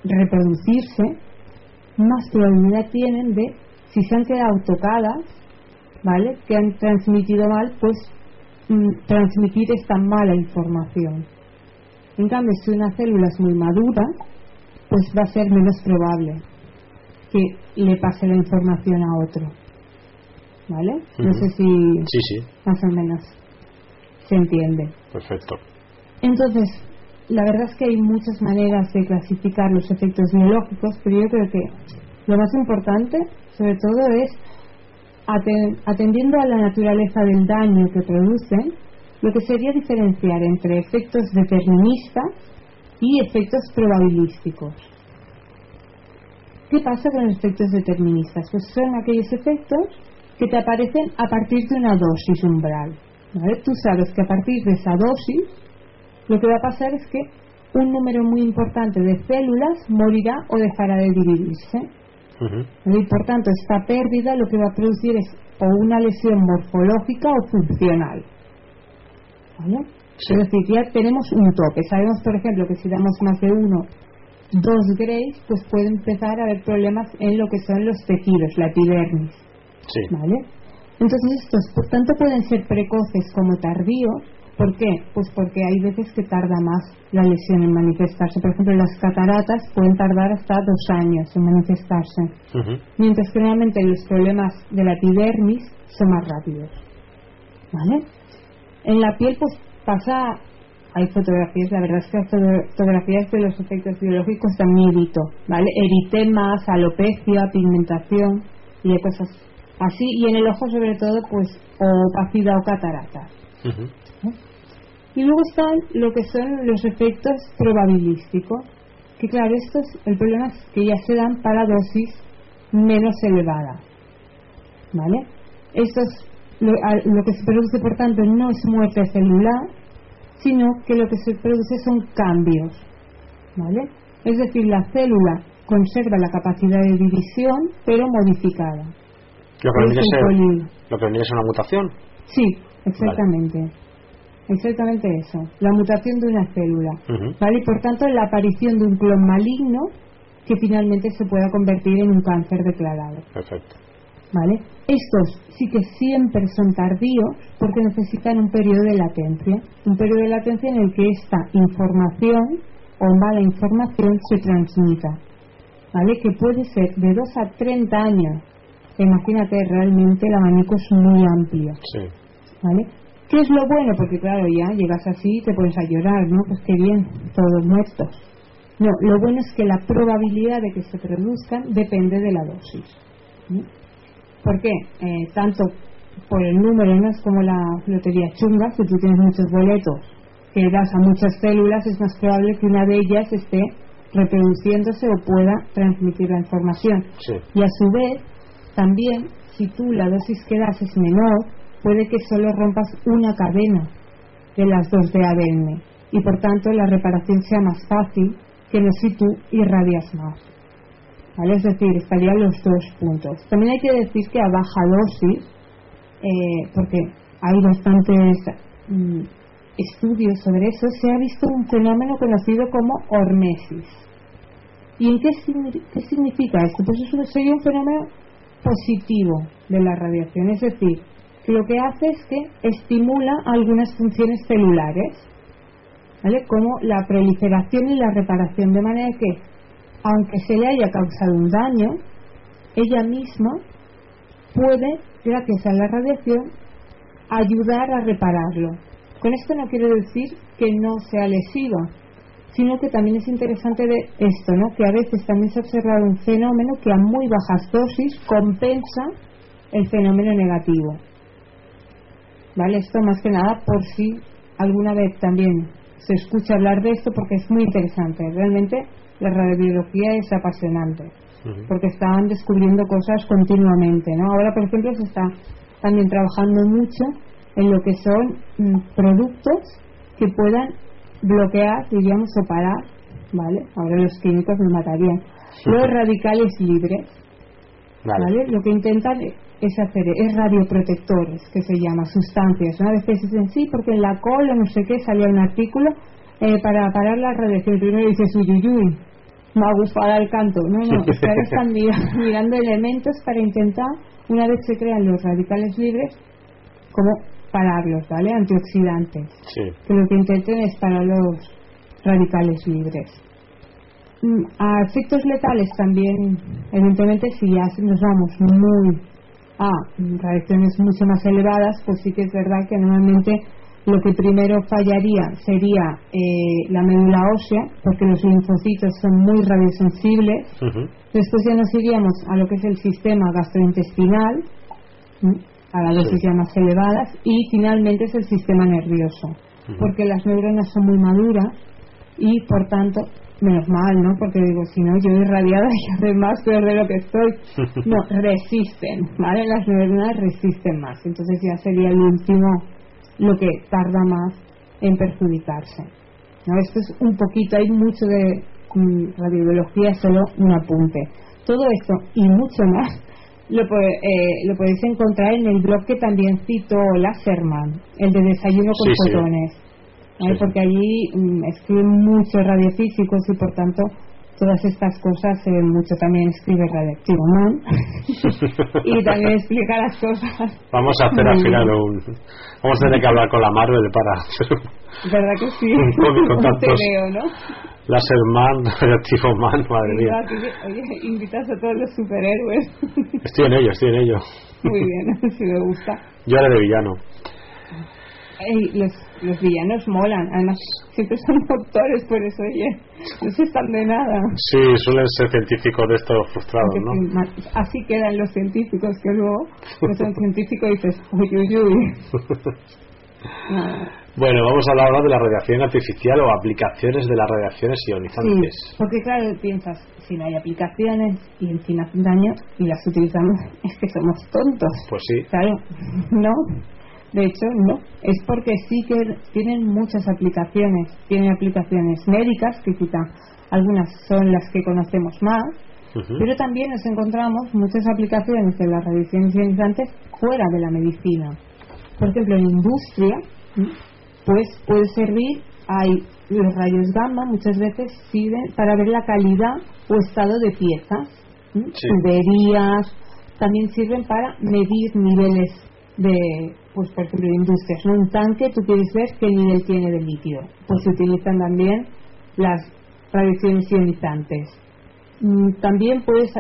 reproducirse, más probabilidad tienen de, si se han quedado tocadas, ¿vale?, que han transmitido mal, pues mm, transmitir esta mala información. En cambio, si una célula es muy madura, pues va a ser menos probable que le pase la información a otro, ¿vale? Uh-huh. No sé si sí, sí. más o menos se entiende. Perfecto. Entonces, la verdad es que hay muchas maneras de clasificar los efectos biológicos, pero yo creo que lo más importante, sobre todo, es atendiendo a la naturaleza del daño que producen, lo que sería diferenciar entre efectos deterministas y efectos probabilísticos. ¿Qué pasa con los efectos deterministas? Pues son aquellos efectos que te aparecen a partir de una dosis umbral, ¿vale? Tú sabes que a partir de esa dosis lo que va a pasar es que un número muy importante de células morirá o dejará de dividirse. Uh-huh. Y por tanto, esta pérdida lo que va a producir es o una lesión morfológica o funcional, ¿vale? Sí. Es decir, ya tenemos un tope. Sabemos, por ejemplo, que si damos más de uno, dos Grays, pues puede empezar a haber problemas en lo que son los tejidos, la epidermis. Sí. ¿Vale? Entonces estos, por tanto, pueden ser precoces como tardíos. ¿Por qué? Pues porque hay veces que tarda más la lesión en manifestarse. Por ejemplo, las cataratas pueden tardar hasta dos años en manifestarse. Uh-huh. Mientras que normalmente los problemas de la epidermis son más rápidos. ¿Vale? En la piel, pues pasa... Hay fotografías, la verdad es que hay fotografías de los efectos biológicos también edito, ¿vale? Eritemas, alopecia, pigmentación y cosas así. Y en el ojo, sobre todo, pues opacidad o cataratas. Uh-huh. ¿Eh? Y luego están lo que son los efectos probabilísticos, que claro, estos, el problema es que ya se dan para dosis menos elevadas, ¿vale? Estos, lo, a, lo que se produce, por tanto, no es muerte celular, sino que lo que se produce son cambios, ¿vale? Es decir, la célula conserva la capacidad de división, pero modificada. Lo que vendría a ser, lo que vendría a ser una mutación. Sí, exactamente. Vale. Exactamente eso. La mutación de una célula, uh-huh. ¿vale? Y por tanto, la aparición de un clon maligno que finalmente se pueda convertir en un cáncer declarado. Perfecto. ¿Vale? Estos sí que siempre son tardíos porque necesitan un periodo de latencia, un periodo de latencia en el que esta información o mala información se transmita, ¿vale? Que puede ser de dos a treinta años. Imagínate, realmente el abanico es muy amplio. Sí. ¿Vale? ¿Qué es lo bueno? Porque claro, ya llegas así y te pones a llorar, ¿no? Pues qué bien, todos muertos. No, lo bueno es que la probabilidad de que se produzcan depende de la dosis, ¿no? ¿Por qué? Eh, tanto por el número, no es como la lotería chunga. Si tú tienes muchos boletos que das a muchas células, es más probable que una de ellas esté reproduciéndose o pueda transmitir la información. Sí. Y a su vez, también, si tú la dosis que das es menor, puede que solo rompas una cadena de las dos de A D N y por tanto la reparación sea más fácil que no si tú irradias más. ¿Vale? Es decir, estarían los dos puntos. También hay que decir que a baja dosis, eh, porque hay bastantes mm, estudios sobre eso, se ha visto un fenómeno conocido como hormesis. ¿Y en qué, qué significa esto? Pues eso sería un fenómeno positivo de la radiación, es decir, que lo que hace es que estimula algunas funciones celulares, ¿vale? Como la proliferación y la reparación, de manera que aunque se le haya causado un daño, ella misma puede, gracias a la radiación, ayudar a repararlo. Con esto no quiero decir que no sea lesiva, sino que también es interesante ver esto, ¿no? Que a veces también se ha observado un fenómeno que a muy bajas dosis compensa el fenómeno negativo. ¿Vale? Esto más que nada por si alguna vez también se escucha hablar de esto, porque es muy interesante. Realmente la radiobiología es apasionante, uh-huh. porque están descubriendo cosas continuamente, ¿no? Ahora, por ejemplo, se está también trabajando mucho en lo que son mm, productos que puedan bloquear, diríamos, o parar, ¿vale? Ahora los químicos me matarían. Uh-huh. Los radicales libres, vale. ¿vale? Lo que intentan es hacer, es radioprotectores, que se llama, sustancias. Una vez dicen sí, porque en la col o no sé qué salía un artículo eh, para parar la radiación. Primero dices uyuyuy, magufada al canto. No, no, es que ahora están mirando, mirando elementos para intentar, una vez se crean los radicales libres, como pararlos, ¿vale? Antioxidantes. Sí. Que lo que intenten es parar los radicales libres. A efectos letales también, evidentemente, si ya nos vamos muy a radiaciones mucho más elevadas, pues sí que es verdad que normalmente lo que primero fallaría sería eh, la médula ósea, porque los linfocitos son muy radiosensibles. Uh-huh. Después ya nos iríamos a lo que es el sistema gastrointestinal, a las dosis sí. ya más elevadas, y finalmente es el sistema nervioso, uh-huh. porque las neuronas son muy maduras y por tanto, menos mal, ¿no? Porque digo, si no, yo irradiada y hacer más peor de lo que estoy. No, resisten, ¿vale? Las neuronas resisten más, entonces ya sería el último lo que tarda más en perjudicarse, ¿no? Esto es un poquito, hay mucho de mm, radiobiología, solo un apunte. Todo esto y mucho más lo, eh, lo podéis encontrar en el blog que también citó Lasserman, el de Desayuno con sí, Fotones, sí. ¿eh? Porque allí mm, escriben muchos radiofísicos y por tanto todas estas cosas se ven mucho. También escribe Radioactivo Man y también explica las cosas. Vamos a hacer al final un vamos a tener que hablar con la Marvel para hacer un, ¿verdad que sí? un cómic con tantos veo, ¿no? Laserman, Radioactivo Man, madre mía. Oye, invitas a todos los superhéroes. Estoy en ello, estoy en ello. Muy bien, si me gusta. Yo haré de villano. Ey, los, los villanos molan, además siempre son doctores, por eso, oye, no se están de nada. Sí, suelen ser científicos de estos frustrados, ¿no? Así quedan los científicos, que luego no son científicos y dices, uy, uy, uy. No. Bueno, vamos a hablar ahora de la radiación artificial o aplicaciones de las radiaciones ionizantes. Sí, porque claro, piensas, si no hay aplicaciones y encima hacen daño y las utilizamos, es que somos tontos. Pues sí. Claro, ¿no? De hecho, no. Es porque sí que tienen muchas aplicaciones. Tienen aplicaciones médicas, que quizá algunas son las que conocemos más, uh-huh. pero también nos encontramos muchas aplicaciones de las radiaciones ionizantes fuera de la medicina. Por ejemplo, en industria, pues puede servir, hay los rayos gamma, muchas veces sirven para ver la calidad o estado de piezas, sí. tuberías, también sirven para medir niveles de, pues por ejemplo, industrias, ¿no? Un tanque, tú quieres ver qué nivel tiene de líquido, pues se utilizan también las radiaciones ionizantes. Mm, también puedes,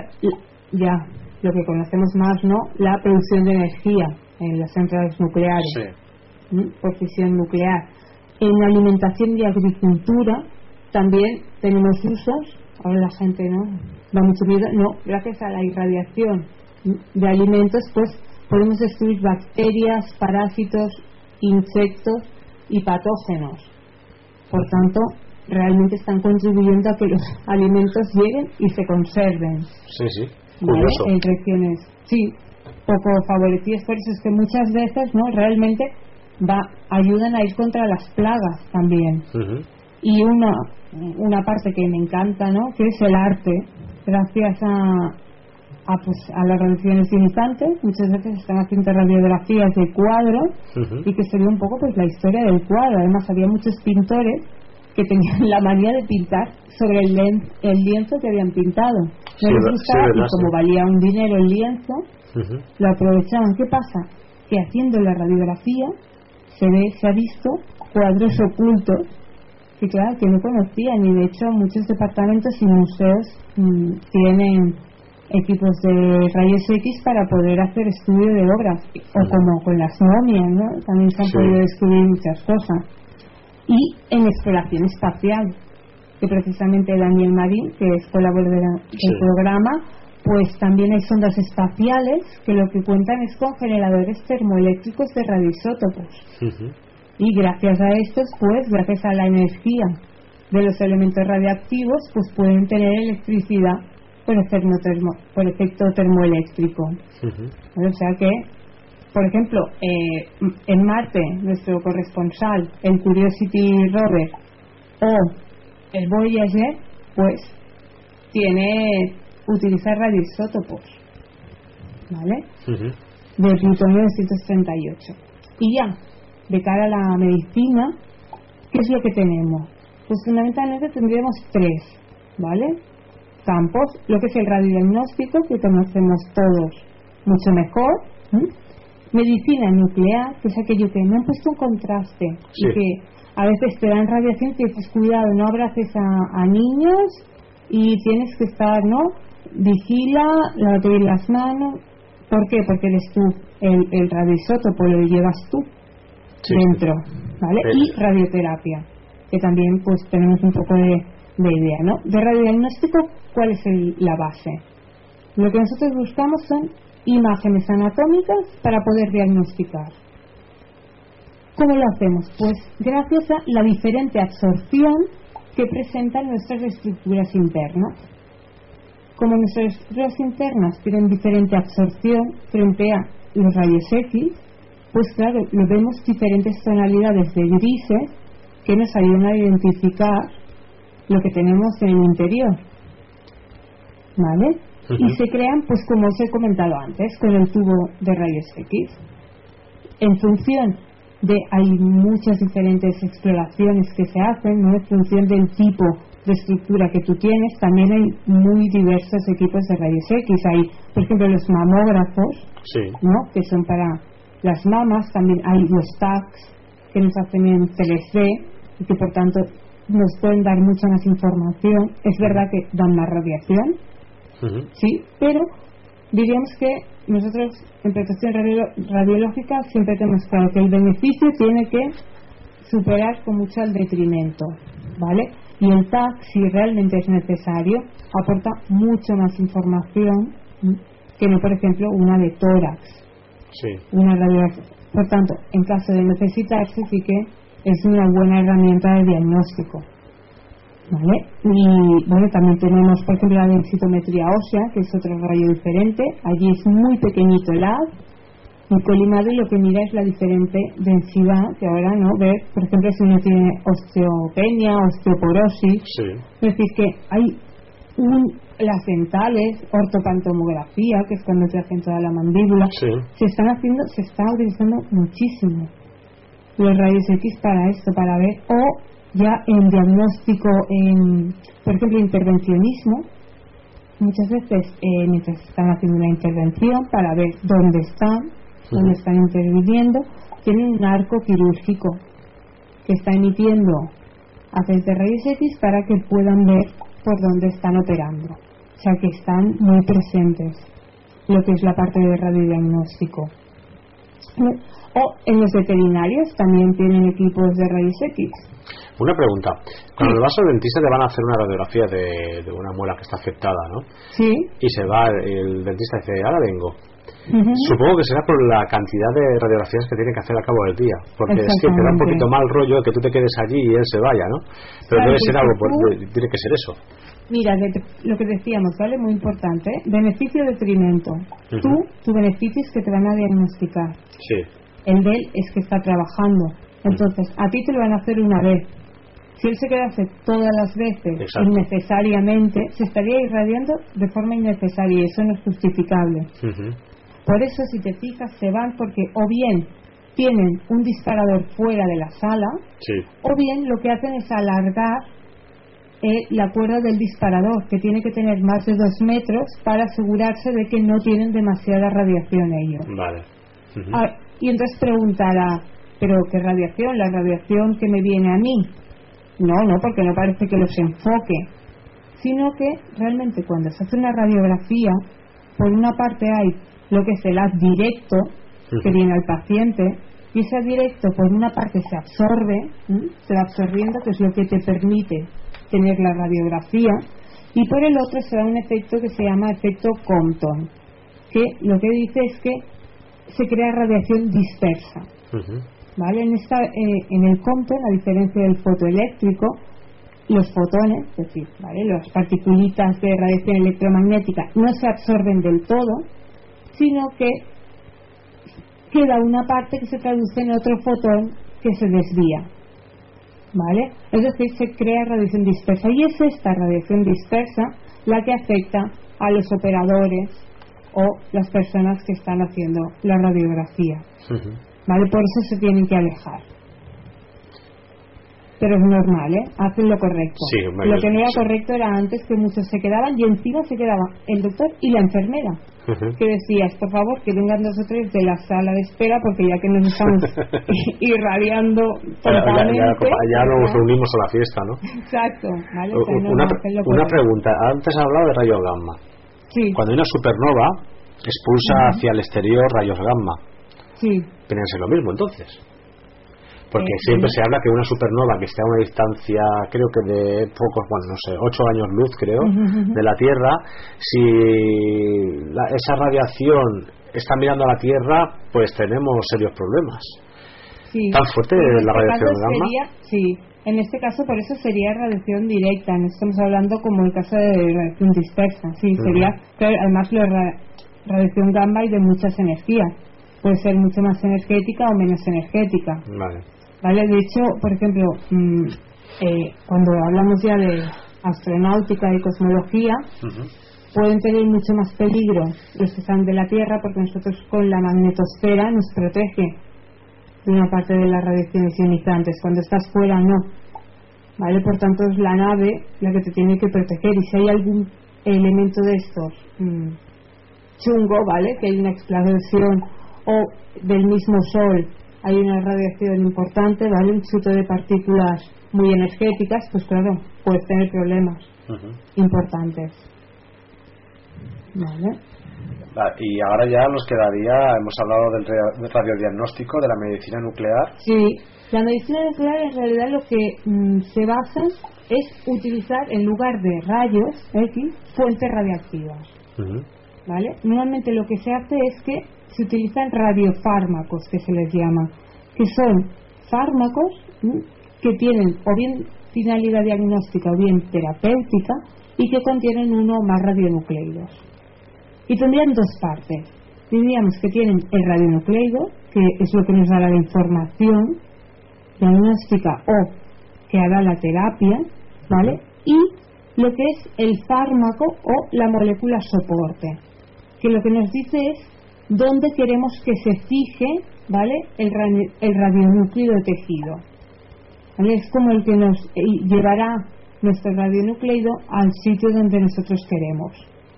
ya lo que conocemos más, ¿no? La producción de energía en las centrales nucleares, sí. ¿Mm? Por fisión nuclear. En alimentación y agricultura también tenemos usos. Ahora la gente no da mucho miedo, no, gracias a la irradiación de alimentos, pues podemos destruir bacterias, parásitos, insectos y patógenos. Por tanto, realmente están contribuyendo a que los alimentos lleguen y se conserven. Sí, sí, curioso. ¿Vale? En regiones, sí, poco favorecidas. Por eso es que muchas veces, ¿no? Realmente va, ayudan a ir contra las plagas también. Uh-huh. Y una, una parte que me encanta, ¿no? Que es el arte. Gracias a A, pues, a las radiaciones ionizantes, muchas veces están haciendo radiografías de cuadros, uh-huh. y que se ve un poco pues la historia del cuadro. Además había muchos pintores que tenían la manía de pintar sobre el, len- el lienzo que habían pintado. No sí, les gustaba, sí, y como sí. valía un dinero el lienzo, uh-huh. lo aprovechaban. ¿Qué pasa? Que haciendo la radiografía se ve, se ha visto cuadros ocultos que claro, que no conocían, y de hecho muchos departamentos y museos mmm, tienen equipos de rayos X para poder hacer estudio de obras, o como con las momias, ¿no? También se han sí. podido descubrir muchas cosas. Y en exploración espacial, que precisamente Daniel Marín, que es colaborador del sí. programa, pues también hay sondas espaciales que lo que cuentan es con generadores termoeléctricos de radioisótopos. Uh-huh. Y gracias a estos, pues gracias a la energía de los elementos radiactivos, pues pueden tener electricidad por efecto, termo, por efecto termoeléctrico. Uh-huh. O sea que, por ejemplo, eh, en Marte, nuestro corresponsal, el Curiosity Rover o el Voyager, pues tiene utilizar radioisótopos, ¿vale? Uh-huh. De plutonio novecientos treinta y ocho. Y ya, de cara a la medicina, ¿qué es lo que tenemos? Pues fundamentalmente tendríamos tres, ¿vale? campos, lo que es el radiodiagnóstico, que conocemos todos mucho mejor, ¿sí? Medicina nuclear, que es aquello que me han puesto un contraste, sí. Y que a veces te dan radiación y dices, cuidado, no abraces a, a niños y tienes que estar, ¿no? Vigila, lávate bien las manos. ¿Por qué? Porque eres tú, el, el radioisótopo lo llevas tú, sí, dentro, ¿vale? Sí. Y radioterapia, que también pues tenemos un poco de, de idea, ¿no? De radiodiagnóstico, ¿cuál es el, la base? Lo que nosotros buscamos son imágenes anatómicas para poder diagnosticar. ¿Cómo lo hacemos? Pues gracias a la diferente absorción que presentan nuestras estructuras internas. Como nuestras estructuras internas tienen diferente absorción frente a los rayos X, pues claro, lo vemos diferentes tonalidades de grises que nos ayudan a identificar lo que tenemos en el interior, ¿vale? Uh-huh. Y se crean, pues como os he comentado antes, con el tubo de rayos X. En función de, hay muchas diferentes exploraciones que se hacen, ¿no? En función del tipo de estructura que tú tienes, también hay muy diversos equipos de rayos X. Hay, por ejemplo, los mamógrafos, sí, ¿no? Que son para las mamas. También hay los T A Cs que nos hacen en tres D y que por tanto nos pueden dar mucha más información. Es verdad que dan más radiación, uh-huh, sí, pero diríamos que nosotros en protección radio- radiológica siempre tenemos claro que el beneficio tiene que superar con mucho el detrimento, ¿vale? Y el T A C, si realmente es necesario, aporta mucho más información que no, por ejemplo, una de tórax, sí, una radiografía. Por tanto, en caso de necesitarse, sí que es una buena herramienta de diagnóstico, ¿vale? Y bueno, también tenemos, por ejemplo, la densitometría ósea, que es otro rayo diferente. Allí es muy pequeñito el haz. El colimado lo que mira es la diferente densidad, que ahora, ¿no? Ver, por ejemplo, si uno tiene osteopenia, osteoporosis. Sí. Es decir, que hay un, las dentales, ortopantomografía, que es cuando te hacen toda la mandíbula, sí, se están haciendo, se está utilizando muchísimo los rayos X para esto, para ver, o ya en diagnóstico, en, por ejemplo, intervencionismo. Muchas veces eh, mientras están haciendo una intervención para ver dónde están, donde están interviniendo, tienen un arco quirúrgico que está emitiendo haces de rayos X para que puedan ver por dónde están operando. O sea que están muy presentes lo que es la parte de radiodiagnóstico. O en los veterinarios también tienen equipos de rayos X. Una pregunta. Cuando sí. vas al dentista te van a hacer una radiografía de, de una muela que está afectada, ¿no? Sí. Y se va, el dentista dice, ahora vengo. Uh-huh. Supongo que será por la cantidad de radiografías que tiene que hacer a cabo del día, porque es que te da un poquito mal rollo que tú te quedes allí y él se vaya, ¿no? Pero claro, debe ser algo, por, tiene que ser eso. Mira, de, lo que decíamos, ¿vale? Muy importante, ¿eh? Beneficio de detrimento. Uh-huh. Tú, tu beneficio es que te van a diagnosticar. Sí. El de él es que está trabajando. Entonces, a ti te lo van a hacer una vez. Si él se quedase todas las veces, exacto, innecesariamente, se estaría irradiando de forma innecesaria y eso no es justificable. Uh-huh. Por eso, si te fijas, se van porque o bien tienen un disparador fuera de la sala, sí, o bien lo que hacen es alargar eh, la cuerda del disparador, que tiene que tener más de dos metros para asegurarse de que no tienen demasiada radiación ellos. Vale. Uh-huh. Ah, y entonces preguntará, ¿pero qué radiación? ¿La radiación que me viene a mí? No, no, porque no parece que los enfoque, sino que realmente cuando se hace una radiografía, por una parte hay lo que es el haz directo, uh-huh, que viene al paciente, y ese haz directo por una parte se absorbe, ¿eh? se va absorbiendo, que es lo que te permite tener la radiografía, y por el otro se da un efecto que se llama efecto Compton, que lo que dice es que se crea radiación dispersa. Uh-huh. ¿Vale? En, esta, eh, en el Compton, a diferencia del fotoeléctrico, los fotones, es decir, ¿vale?, las particulitas de radiación electromagnética no se absorben del todo, sino que queda una parte que se traduce en otro fotón que se desvía, ¿vale? Es decir, se crea radiación dispersa, y es esta radiación dispersa la que afecta a los operadores o las personas que están haciendo la radiografía. Uh-huh. ¿Vale? Por eso se tienen que alejar. pero es normal, ¿eh? Hacen lo correcto. Sí, lo que no era sí. correcto era antes que muchos se quedaban y encima se quedaba el doctor y la enfermera. Uh-huh. Que decías, por favor, que vengan dos o tres de la sala de espera porque ya que nos estamos irradiando totalmente. Ya, ya, ya nos unimos a la fiesta, ¿no? Exacto, ¿vale? O sea, no, una, no una pregunta, antes has hablado de rayos gamma. Sí. Cuando hay una supernova, expulsa uh-huh. hacia el exterior rayos gamma. Sí. Viene a ser lo mismo, entonces. Porque eh, siempre sí. se habla que una supernova que esté a una distancia, creo que de pocos, bueno, no sé, ocho años luz, creo, uh-huh. de la Tierra, si la, esa radiación está mirando a la Tierra, pues tenemos serios problemas. Sí. ¿Tan fuerte en la este radiación gamma? Sería, sí, en este caso por eso sería radiación directa, no estamos hablando como el caso de radiación dispersa, sí, uh-huh. sería, claro, además la ra- radiación gamma hay de muchas energías, puede ser mucho más energética o menos energética. Vale. Vale, de hecho, por ejemplo, mmm, eh, cuando hablamos ya de astronáutica y cosmología, uh-huh. pueden tener mucho más peligro los que están de la Tierra, porque nosotros con la magnetosfera nos protege de una parte de las radiaciones ionizantes. Cuando estás fuera, no. Vale, por tanto es la nave la que te tiene que proteger, y si hay algún elemento de estos mmm, chungo, vale, que hay una explosión o del mismo Sol hay una radiación importante, ¿vale? Un chute de partículas muy energéticas, pues claro, puedes tener problemas uh-huh. importantes. Vale. Y ahora ya nos quedaría, hemos hablado del radiodiagnóstico, de la medicina nuclear. Sí, la medicina nuclear en realidad lo que mmm, se basa es utilizar en lugar de rayos X, fuentes radiactivas. Uh-huh. ¿Vale? Normalmente lo que se hace es que se utilizan radiofármacos, que se les llama, que son fármacos ¿sí? que tienen o bien finalidad diagnóstica o bien terapéutica y que contienen uno o más radionucleidos. Y tendrían dos partes. Diríamos que tienen el radionucleido, que es lo que nos dará la información diagnóstica o que hará la terapia, ¿vale? Y lo que es el fármaco o la molécula soporte, que lo que nos dice es dónde queremos que se fije, ¿vale? El, radio, el radionucleido de tejido, ¿vale? Es como el que nos llevará nuestro radionucleido al sitio donde nosotros queremos,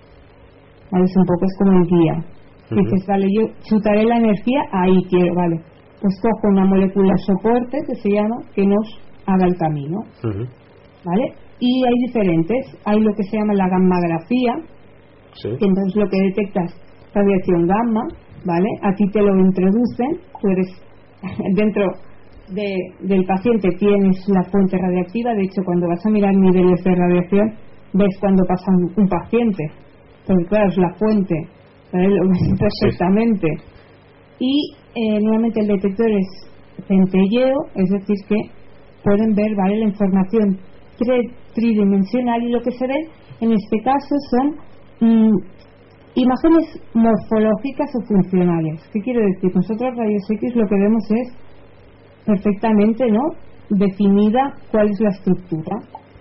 ¿vale? Es un poco, es como el guía. Uh-huh. Dices, vale, yo chutaré la energía, ahí quiero, vale, pues cojo una molécula soporte que se llama, que nos haga el camino, uh-huh. ¿vale? Y hay diferentes, hay lo que se llama la gammagrafía, sí. que entonces lo que detectas radiación gamma, ¿vale? A ti te lo introducen, tú eres dentro de, del paciente tienes la fuente radiactiva. De hecho, cuando vas a mirar niveles de radiación ves cuando pasa un, un paciente, porque claro, es la fuente, ¿vale? Lo ves perfectamente. Sí. Y eh, nuevamente el detector es centelleo, es decir que pueden ver, ¿vale?, la información tri- tridimensional, y lo que se ve en este caso son mmm, imágenes morfológicas o funcionales. ¿Qué quiero decir? Nosotros rayos X lo que vemos es perfectamente, ¿no?, definida cuál es la estructura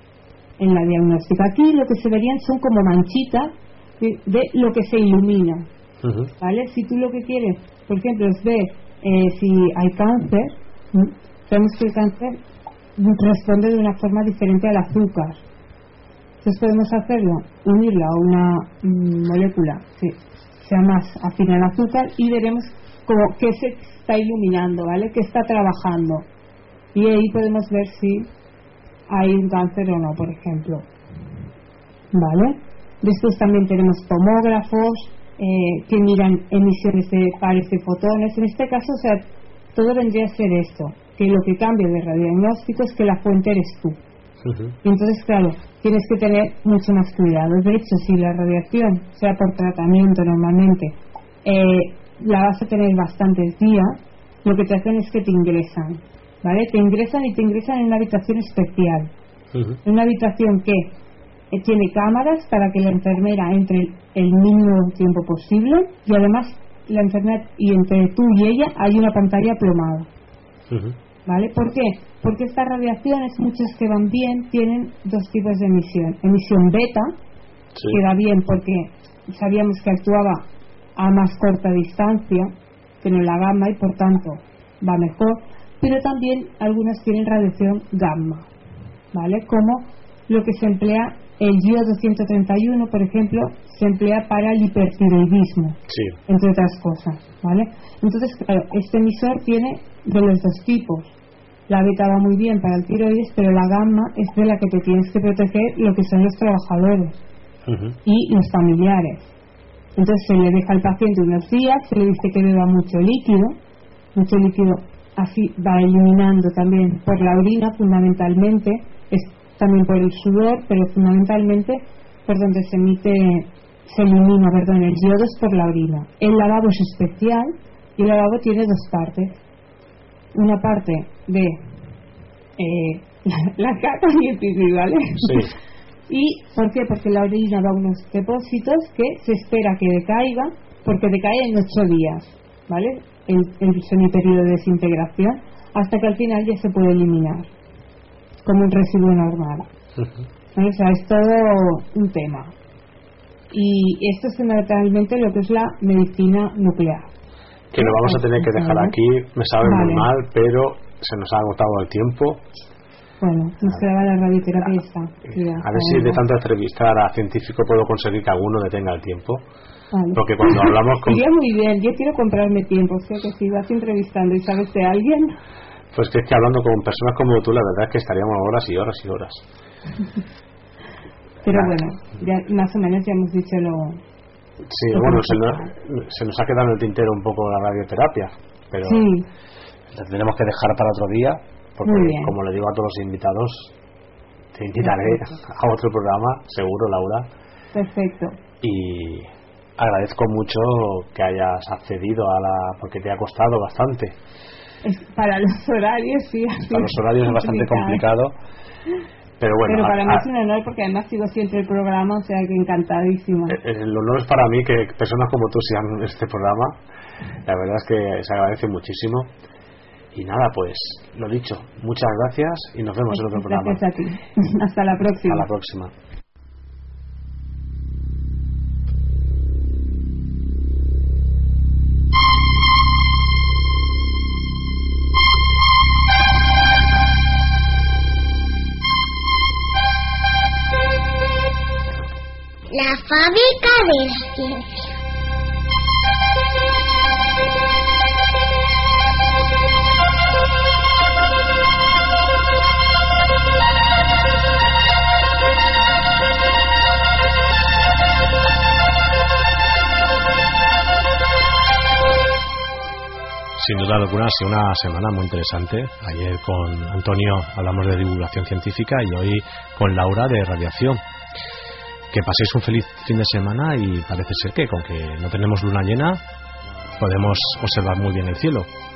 en la diagnóstica. Aquí lo que se verían son como manchitas de, de lo que se ilumina, uh-huh. ¿vale? Si tú lo que quieres, por ejemplo, es ver eh, si hay cáncer, ¿sí? Sabemos que el cáncer responde de una forma diferente al azúcar. Entonces podemos hacerlo, unirla a una mm, molécula que sea más afín al azúcar, y veremos como qué se está iluminando, ¿vale?, que está trabajando, y ahí podemos ver si hay un cáncer o no, por ejemplo, ¿vale? Después también tenemos tomógrafos eh, que miran emisiones de pares de fotones. En este caso, o sea, todo vendría a ser esto, que lo que cambia de radiodiagnóstico es que la fuente eres tú. Uh-huh. Y entonces, claro, tienes que tener mucho más cuidado. De hecho, si la radiación, sea por tratamiento normalmente, eh, la vas a tener bastantes días, lo que te hacen es que te ingresan, ¿vale? Te ingresan y te ingresan en una habitación especial. Uh-huh. En una habitación que eh, tiene cámaras para que la enfermera entre el, el mínimo tiempo posible, y además la enfermera, y entre tú y ella hay una pantalla plomada. Uh-huh. ¿Vale? ¿Por qué? Porque estas radiaciones, muchas que van bien, tienen dos tipos de emisión. Emisión beta, sí. que va bien porque sabíamos que actuaba a más corta distancia que no la gamma, y por tanto va mejor. pero también algunas tienen radiación gamma, ¿vale? Como lo que se emplea, el iodo ciento treinta y uno, por ejemplo, se emplea para el hipertiroidismo, sí, entre otras cosas, ¿vale? Entonces, claro, este emisor tiene de los dos tipos. La beta va muy bien para el tiroides, pero la gamma es de la que te tienes que proteger lo que son los trabajadores uh-huh. y los familiares. Entonces se le deja al paciente unos días, se le dice que beba mucho líquido, mucho líquido, así va eliminando también por la orina fundamentalmente, es también por el sudor, pero fundamentalmente por donde se emite, se elimina, perdón, el yodo es por la orina. El lavabo es especial y el lavabo tiene dos partes. Una parte de eh, la, la caca y el pipí, ¿vale? Sí. ¿Y por qué? Porque la orina va a unos depósitos que se espera que decaiga, porque decae en ocho días, ¿vale? El, el semiperiodo de desintegración, hasta que al final ya se puede eliminar como un residuo normal. Uh-huh. ¿Vale? O sea, es todo un tema. Y esto es fundamentalmente lo que es la medicina nuclear. Que lo vamos a tener que dejar aquí, me sabe vale. muy mal, pero se nos ha agotado el tiempo. Bueno, nos quedaba la radioterapia esta. A ver si de tanto entrevistar a científicos puedo conseguir que alguno detenga el tiempo. Vale. Porque cuando hablamos con... Iría muy bien, yo quiero comprarme tiempo, o sea que si vas entrevistando y sabes de alguien... Pues que es que hablando con personas como tú, la verdad es que estaríamos horas y horas y horas. Pero nah. bueno, ya más o menos ya hemos dicho lo... Sí, lo bueno, se nos, se nos ha quedado en el tintero un poco la radioterapia, pero sí. la tenemos que dejar para otro día, porque como le digo a todos los invitados, te invitaré Perfecto. a otro programa, seguro, Laura. Perfecto. Y agradezco mucho que hayas accedido a la... porque te ha costado bastante. Es para los horarios, sí. Para los horarios es bastante complicado. Pero bueno, pero para a, mí es un honor porque además sigo siempre el programa, o sea que encantadísima. El, el honor es para mí que personas como tú sigan en este programa. La verdad es que se agradece muchísimo. Y nada, pues lo dicho, muchas gracias y nos vemos pues, en otro programa. Gracias a ti. Hasta la próxima. Hasta la próxima. La fábrica de la ciencia. Sin duda alguna ha sido una semana muy interesante. Ayer con Antonio hablamos de divulgación científica y hoy con Laura de radiación. Que paséis un feliz fin de semana y parece ser que con que no tenemos luna llena podemos observar muy bien el cielo.